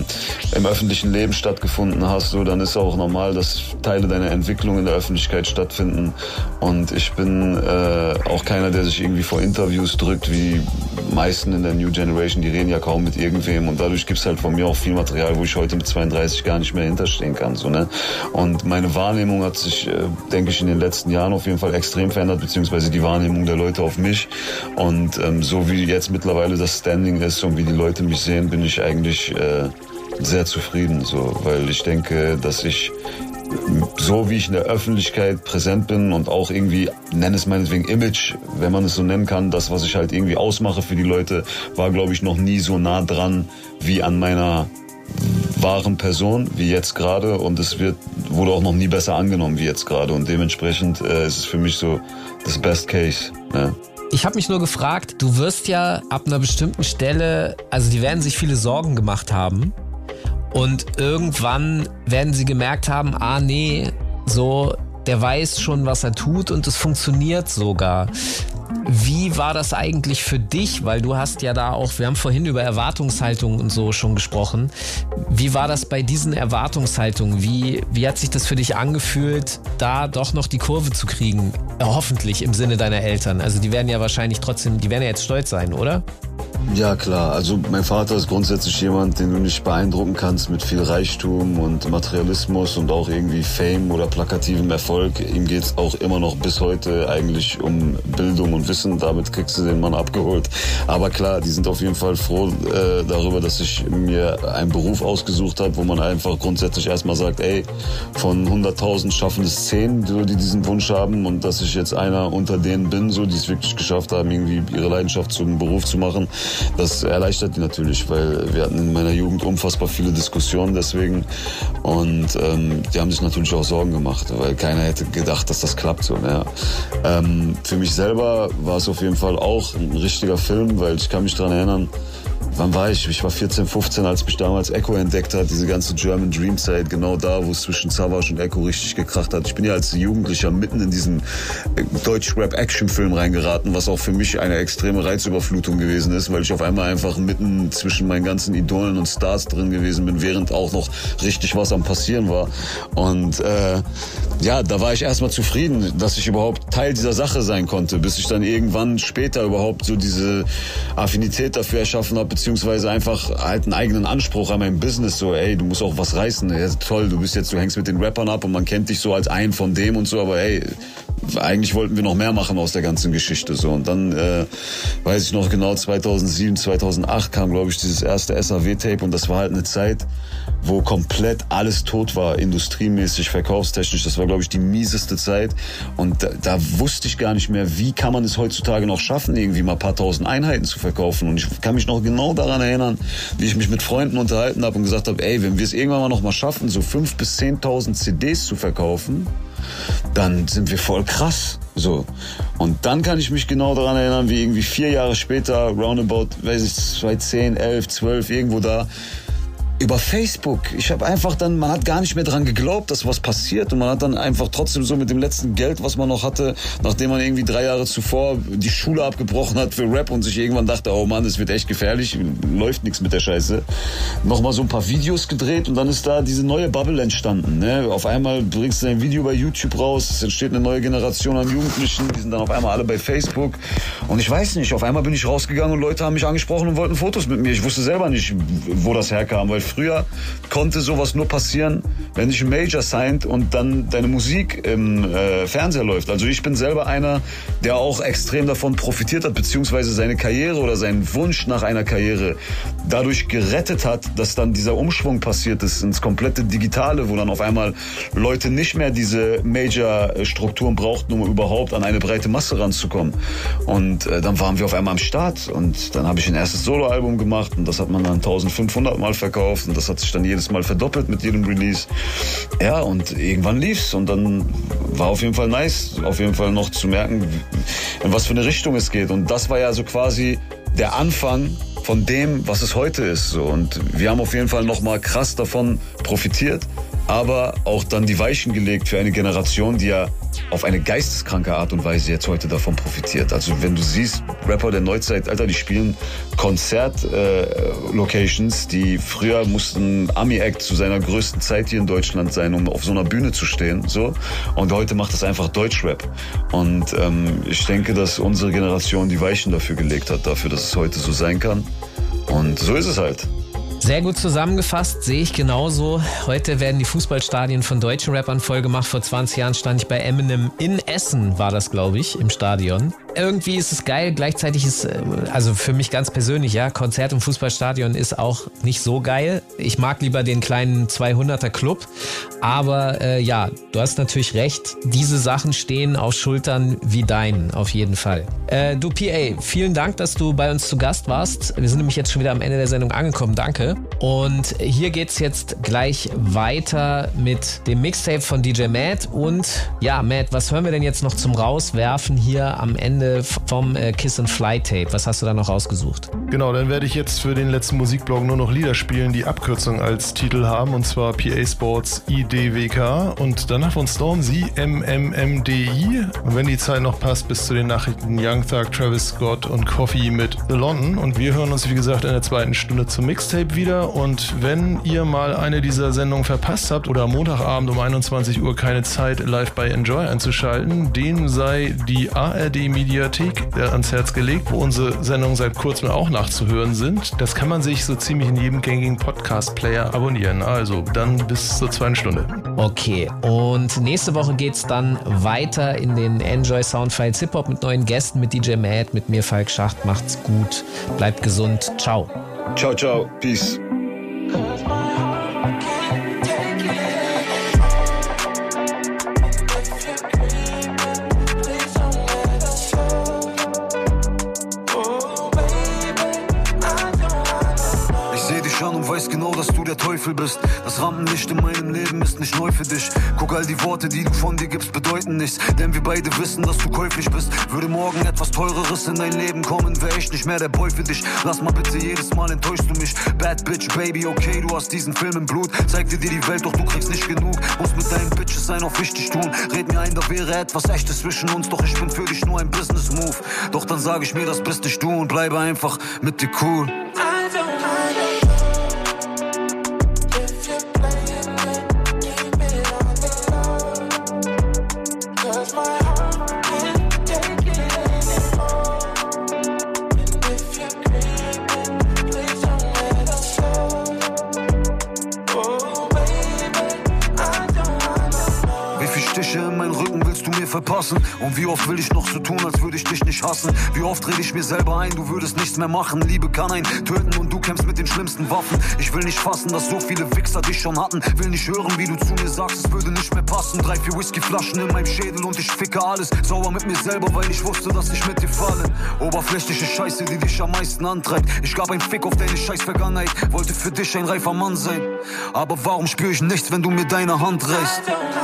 im öffentlichen Leben stattgefunden hast, so, dann ist auch normal, dass Teile deiner Entwicklung in der Öffentlichkeit stattfinden. Und ich bin auch keiner, der sich irgendwie vor Interviews drückt, wie meisten in der New Generation, die reden ja kaum mit irgendwem. Und dadurch gibt es halt von mir auch viel Material, wo ich heute mit 32 gar nicht mehr hinterstehen kann. So, ne? Und meine Wahrnehmung hat sich, denke ich, in den letzten Jahren auf jeden Fall extrem verändert, beziehungsweise die Wahrnehmung der Leute auf mich. Und so wie jetzt mittlerweile das Standing ist und wie die Leute mich sehen, bin ich eigentlich sehr zufrieden. So, weil ich denke, dass ich so wie ich in der Öffentlichkeit präsent bin und auch irgendwie, nenne es meinetwegen Image, wenn man es so nennen kann, das, was ich halt irgendwie ausmache für die Leute, war, glaube ich, noch nie so nah dran wie an meiner wahren Person, wie jetzt gerade. Und es wurde auch noch nie besser angenommen wie jetzt gerade. Und dementsprechend ist es für mich so das Best Case. Ne? Ich habe mich nur gefragt, du wirst ja ab einer bestimmten Stelle, also die werden sich viele Sorgen gemacht haben. Und irgendwann werden sie gemerkt haben, nee, so, der weiß schon, was er tut und es funktioniert sogar. Wie war das eigentlich für dich? Weil du hast ja da auch, wir haben vorhin über Erwartungshaltung und so schon gesprochen. Wie war das bei diesen Erwartungshaltungen? Wie hat sich das für dich angefühlt, da doch noch die Kurve zu kriegen? Hoffentlich im Sinne deiner Eltern. Also die werden ja wahrscheinlich trotzdem, die werden ja jetzt stolz sein, oder? Ja, klar. Also mein Vater ist grundsätzlich jemand, den du nicht beeindrucken kannst mit viel Reichtum und Materialismus und auch irgendwie Fame oder plakativem Erfolg. Ihm geht's auch immer noch bis heute eigentlich um Bildung und Wissen. Damit kriegst du den Mann abgeholt. Aber klar, die sind auf jeden Fall froh darüber, dass ich mir einen Beruf ausgesucht habe, wo man einfach grundsätzlich erstmal sagt, ey, von 100.000 schaffen es 10, die diesen Wunsch haben, und dass ich jetzt einer unter denen bin, so, die es wirklich geschafft haben, irgendwie ihre Leidenschaft zum Beruf zu machen. Das erleichtert die natürlich, weil wir hatten in meiner Jugend unfassbar viele Diskussionen deswegen, und die haben sich natürlich auch Sorgen gemacht, weil keiner hätte gedacht, dass das klappt so. Ja. Für mich selber war es auf jeden Fall auch ein richtiger Film, weil ich kann mich daran erinnern, wann war ich? Ich war 14, 15, als mich damals Echo entdeckt hat, diese ganze German Dream Zeit, genau da, wo es zwischen Savage und Echo richtig gekracht hat. Ich bin ja als Jugendlicher mitten in diesen Deutsch-Rap-Action-Film reingeraten, was auch für mich eine extreme Reizüberflutung gewesen ist, weil ich auf einmal einfach mitten zwischen meinen ganzen Idolen und Stars drin gewesen bin, während auch noch richtig was am Passieren war. Und da war ich erstmal zufrieden, dass ich überhaupt Teil dieser Sache sein konnte, bis ich dann irgendwann später überhaupt so diese Affinität dafür erschaffen habe, beziehungsweise einfach halt einen eigenen Anspruch an mein Business, so, ey, du musst auch was reißen, ja, toll, du hängst mit den Rappern ab und man kennt dich so als einen von dem und so, aber ey, eigentlich wollten wir noch mehr machen aus der ganzen Geschichte, so. Und dann, weiß ich noch genau, 2007, 2008 kam, glaube ich, dieses erste SAW-Tape, und das war halt eine Zeit, wo komplett alles tot war, industriemäßig, verkaufstechnisch. Das war, glaube ich, die mieseste Zeit. Und da wusste ich gar nicht mehr, wie kann man es heutzutage noch schaffen, irgendwie mal ein paar tausend Einheiten zu verkaufen. Und ich kann mich noch genau daran erinnern, wie ich mich mit Freunden unterhalten habe und gesagt habe, ey, wenn wir es irgendwann mal noch mal schaffen, so 5.000 bis 10.000 CDs zu verkaufen, dann sind wir voll krass. So. Und dann kann ich mich genau daran erinnern, wie irgendwie 4 Jahre später, roundabout, weiß ich, 2010, 11, 12, irgendwo da, über Facebook. Ich habe einfach dann, man hat gar nicht mehr dran geglaubt, dass was passiert, und man hat dann einfach trotzdem so mit dem letzten Geld, was man noch hatte, nachdem man irgendwie 3 Jahre zuvor die Schule abgebrochen hat für Rap und sich irgendwann dachte, oh Mann, das wird echt gefährlich, läuft nichts mit der Scheiße, nochmal so ein paar Videos gedreht, und dann ist da diese neue Bubble entstanden. Ne? Auf einmal bringst du ein Video bei YouTube raus, es entsteht eine neue Generation an Jugendlichen, die sind dann auf einmal alle bei Facebook, und ich weiß nicht, auf einmal bin ich rausgegangen und Leute haben mich angesprochen und wollten Fotos mit mir. Ich wusste selber nicht, wo das herkam, weil früher konnte sowas nur passieren, wenn dich ein Major signed und dann deine Musik im Fernseher läuft. Also ich bin selber einer, der auch extrem davon profitiert hat, beziehungsweise seine Karriere oder seinen Wunsch nach einer Karriere dadurch gerettet hat, dass dann dieser Umschwung passiert ist ins komplette Digitale, wo dann auf einmal Leute nicht mehr diese Major-Strukturen brauchten, um überhaupt an eine breite Masse ranzukommen. Und dann waren wir auf einmal am Start, und dann habe ich ein erstes Soloalbum gemacht, und das hat man dann 1500 Mal verkauft, und das hat sich dann jedes Mal verdoppelt mit jedem Release. Ja, und irgendwann lief's, und dann war auf jeden Fall nice, auf jeden Fall noch zu merken, in was für eine Richtung es geht. Und das war ja so quasi der Anfang von dem, was es heute ist. So. Und wir haben auf jeden Fall nochmal krass davon profitiert, aber auch dann die Weichen gelegt für eine Generation, die ja auf eine geisteskranke Art und Weise jetzt heute davon profitiert. Also wenn du siehst, Rapper der Neuzeit, Alter, die spielen Konzert-Locations, die früher mussten Ami-Act zu seiner größten Zeit hier in Deutschland sein, um auf so einer Bühne zu stehen. So. Und heute macht das einfach Deutschrap. Und ich denke, dass unsere Generation die Weichen dafür gelegt hat, dafür, dass es heute so sein kann. Und so ist es halt. Sehr gut zusammengefasst, sehe ich genauso. Heute werden die Fußballstadien von deutschen Rappern vollgemacht. Vor 20 Jahren stand ich bei Eminem in Essen, war das, glaube ich, im Stadion. Irgendwie ist es geil, gleichzeitig ist, also für mich ganz persönlich, ja, Konzert im Fußballstadion ist auch nicht so geil. Ich mag lieber den kleinen 200er Club, aber ja, du hast natürlich recht, diese Sachen stehen auf Schultern wie deinen, auf jeden Fall. Du PA, vielen Dank, dass du bei uns zu Gast warst. Wir sind nämlich jetzt schon wieder am Ende der Sendung angekommen, danke. Und hier geht's jetzt gleich weiter mit dem Mixtape von DJ Matt. Und ja, Matt, was hören wir denn jetzt noch zum Rauswerfen hier am Ende vom Kiss and Fly Tape? Was hast du da noch rausgesucht? Genau, dann werde ich jetzt für den letzten Musikblog nur noch Lieder spielen, die Abkürzung als Titel haben, und zwar PA Sports IDWK und danach von Stormzy MMMDI. Und wenn die Zeit noch passt, bis zu den Nachrichten Young Thug, Travis Scott und Coffee mit The London. Und wir hören uns, wie gesagt, in der zweiten Stunde zum Mixtape wieder. Und wenn ihr mal eine dieser Sendungen verpasst habt oder am Montagabend um 21 Uhr keine Zeit, live bei Enjoy einzuschalten, dem sei die ARD-Mediathek ans Herz gelegt, wo unsere Sendungen seit kurzem auch nachzuhören sind. Das kann man sich so ziemlich in jedem gängigen Podcast-Player abonnieren. Also dann bis zur zweiten Stunde. Okay, und nächste Woche geht's dann weiter in den Enjoy Soundfiles Hip-Hop mit neuen Gästen, mit DJ Matt, mit mir Falk Schacht. Macht's gut, bleibt gesund, ciao. Ciao, ciao, peace. Weiß genau, dass du der Teufel bist. Das Rampenlicht in meinem Leben ist nicht neu für dich. Guck, all die Worte, die du von dir gibst, bedeuten nichts. Denn wir beide wissen, dass du käuflich bist. Würde morgen etwas Teureres in dein Leben kommen, wär ich nicht mehr der Boy für dich. Lass mal bitte, jedes Mal enttäuschst du mich. Bad Bitch, Baby, okay, du hast diesen Film im Blut. Zeig dir die Welt, doch du kriegst nicht genug. Muss mit deinen Bitches sein, auch wichtig tun. Red mir ein, da wäre etwas Echtes zwischen uns. Doch ich bin für dich nur ein Business-Move. Doch dann sag ich mir, das bist nicht du und bleibe einfach mit dir cool. Verpassen. Und wie oft will ich noch so tun, als würde ich dich nicht hassen? Wie oft rede ich mir selber ein, du würdest nichts mehr machen. Liebe kann einen töten und du kämpfst mit den schlimmsten Waffen. Ich will nicht fassen, dass so viele Wichser dich schon hatten. Will nicht hören, wie du zu mir sagst, es würde nicht mehr passen. 3, 4 Whiskyflaschen in meinem Schädel und ich ficke alles. Sauer mit mir selber, weil ich wusste, dass ich mit dir falle. Oberflächliche Scheiße, die dich am meisten antreibt. Ich gab einen Fick auf deine scheiß Vergangenheit. Wollte für dich ein reifer Mann sein. Aber warum spür ich nichts, wenn du mir deine Hand reichst?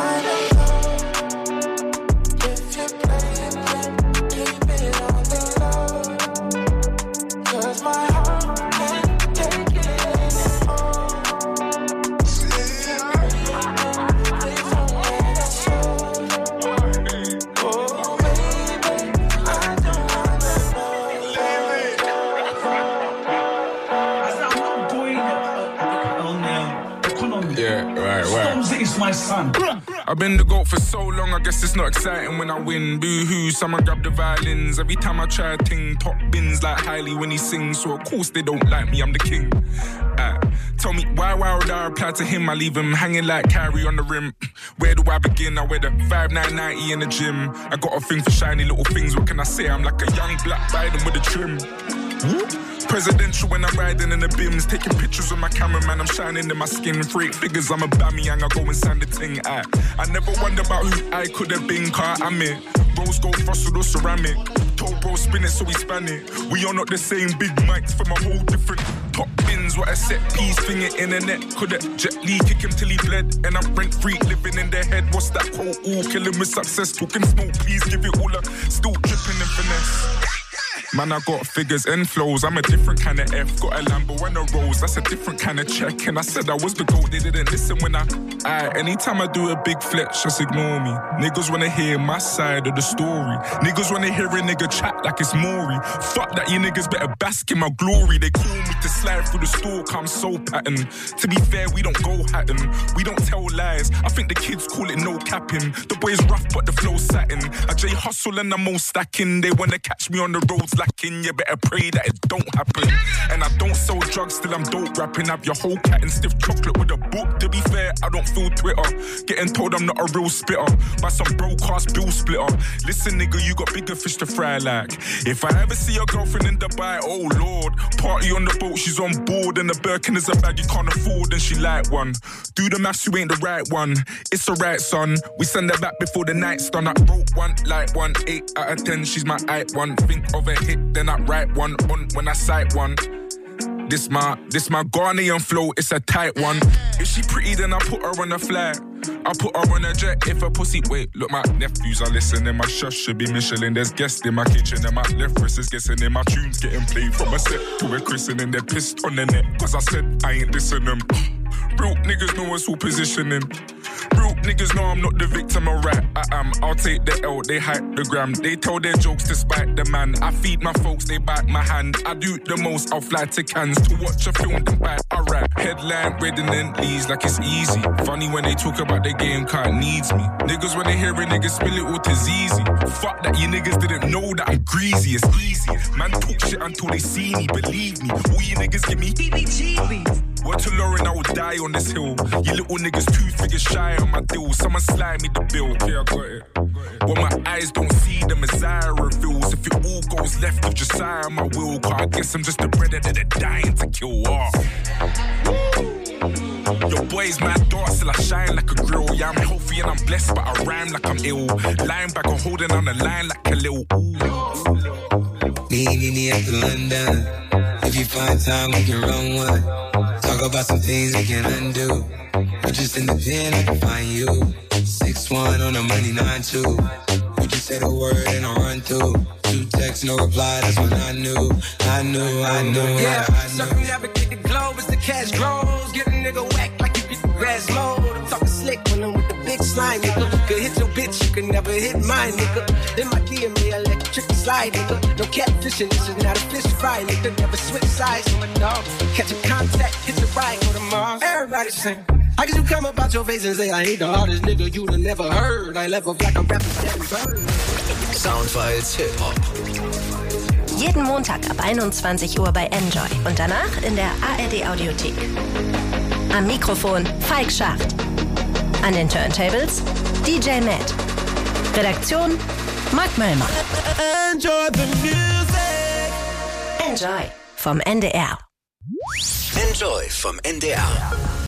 I've been the GOAT for so long, I guess it's not exciting when I win. Boo-hoo, someone grab the violins. Every time I try to ting, top bins like Hailey when he sings. So of course they don't like me, I'm the king. Tell me, why would I reply to him? I leave him hanging like Kyrie on the rim. Where do I begin? I wear the 5990 in the gym. I got a thing for shiny little things, what can I say? I'm like a young black Biden with a trim. Presidential when I'm riding in the bims. Taking pictures with my cameraman, I'm shining in my skin. Freak figures, I'm a Bamiyang, I go and sign the ting. I never wonder about who I could have been, car I'm it. Rose gold frosted or ceramic. Told bro spin it so we span it. We are not the same big mics from a whole different top bins. What a set piece, finger in the net. Could have Jet Li kick him till he bled. And I'm rent free, living in their head. What's that quote? All killing with success. Talking smoke, please give it all up. Still dripping in finesse. Man, I got figures and flows. I'm a different kind of F. Got a Lambo and a Rolls. That's a different kind of check. And I said I was the GOAT. They didn't listen when anytime I do a big flex, just ignore me. Niggas wanna hear my side of the story. Niggas wanna hear a nigga chat like it's Maury. Fuck that, you niggas better bask in my glory. They call me to slide through the store, I'm so pattern. To be fair, we don't go hatting. We don't tell lies. I think the kids call it no capping. The boy's rough, but the flow's satin. I J hustle and I'm all stacking. They wanna catch me on the roads lacking. You better pray that it don't happen. And I don't sell drugs, still I'm dope rapping. Have your whole cat and stiff chocolate with a book. To be fair, I don't feel Twitter. Getting told I'm not a real spitter by some broke-ass bill splitter. Listen, nigga, you got bigger fish to fry like. If I ever see your girlfriend in Dubai, oh lord. Party on the boat, she's on board. And the Birkin is a bag you can't afford, and she like one. Do the maths, you ain't the right one. It's alright, son. We send her back before the night's done. I wrote one, like one, 8 out of 10. She's my hype one. Think of a hit, then I write one on when I sight one. This my Ghanaian flow, it's a tight one. If she pretty, then I put her on a flight. I put her on a jet if a pussy. Wait, look, my nephews are listening. My shush should be Michelin. There's guests in my kitchen and my left wrist is guessing in. My tunes getting played from a set to a christening. They're pissed on the net, cause I said I ain't dissing them. Broke niggas know us all positioning. Broke niggas know I'm not the victim, alright, I am. I'll take the L, they hype the gram. They tell their jokes to spite the man. I feed my folks, they bite my hand. I do the most, I'll fly to Cannes to watch a film and bite, alright. Headline, red and Lees like it's easy. Funny when they talk about the game, car needs me. Niggas when they hear a nigga spill it all to Zeezy. Fuck that, you niggas didn't know that I'm greasy, it's easy. Man talk shit until they see me, believe me. All you niggas give me heebie-jeebies. Word to Lauren, I will die on this hill. You little niggas 2 figures shy on my deal. Someone slide me the bill. Okay, I got it. But my eyes don't see the Messiah reveals. If it all goes left with Josiah, my will. Cause I guess I'm just a brother that they're dying to kill off. Your boy's mad dark, still I shine like a grill. Yeah, I'm healthy and I'm blessed, but I rhyme like I'm ill. Linebacker holding on the line like Khalil. Meet me at the London. If you find time, we can run one. Talk about some things we can undo. But just in the pen, I can find you. 6'1" on the money, 9'2". You just say the word and I run through. 2 texts, no reply, that's when I knew. Yeah, circumnavigate the globe as the cash grows. Get a nigga whack like you get grass mowed. I'm talking slick when I'm with the big slime, nigga. Could hit your bitch, you could never hit mine, nigga. In my DNA, electric slide, nigga. No catfishing, this is not a fish fry, nigga. Never switch sides, so my dog. Catch a contact, hit your ride, go to Mars. Everybody sing. How could you come about your face and say I hate the hardest nigga you done never heard? I left off like a rapper Danny Bird. Soundfiles Hip-Hop. Jeden Montag ab 21 Uhr bei Enjoy und danach in der ARD Audiothek. Am Mikrofon Falk Schacht. An den Turntables DJ Matt. Redaktion Mark Möllmann. Enjoy the music. Enjoy vom NDR. Enjoy vom NDR.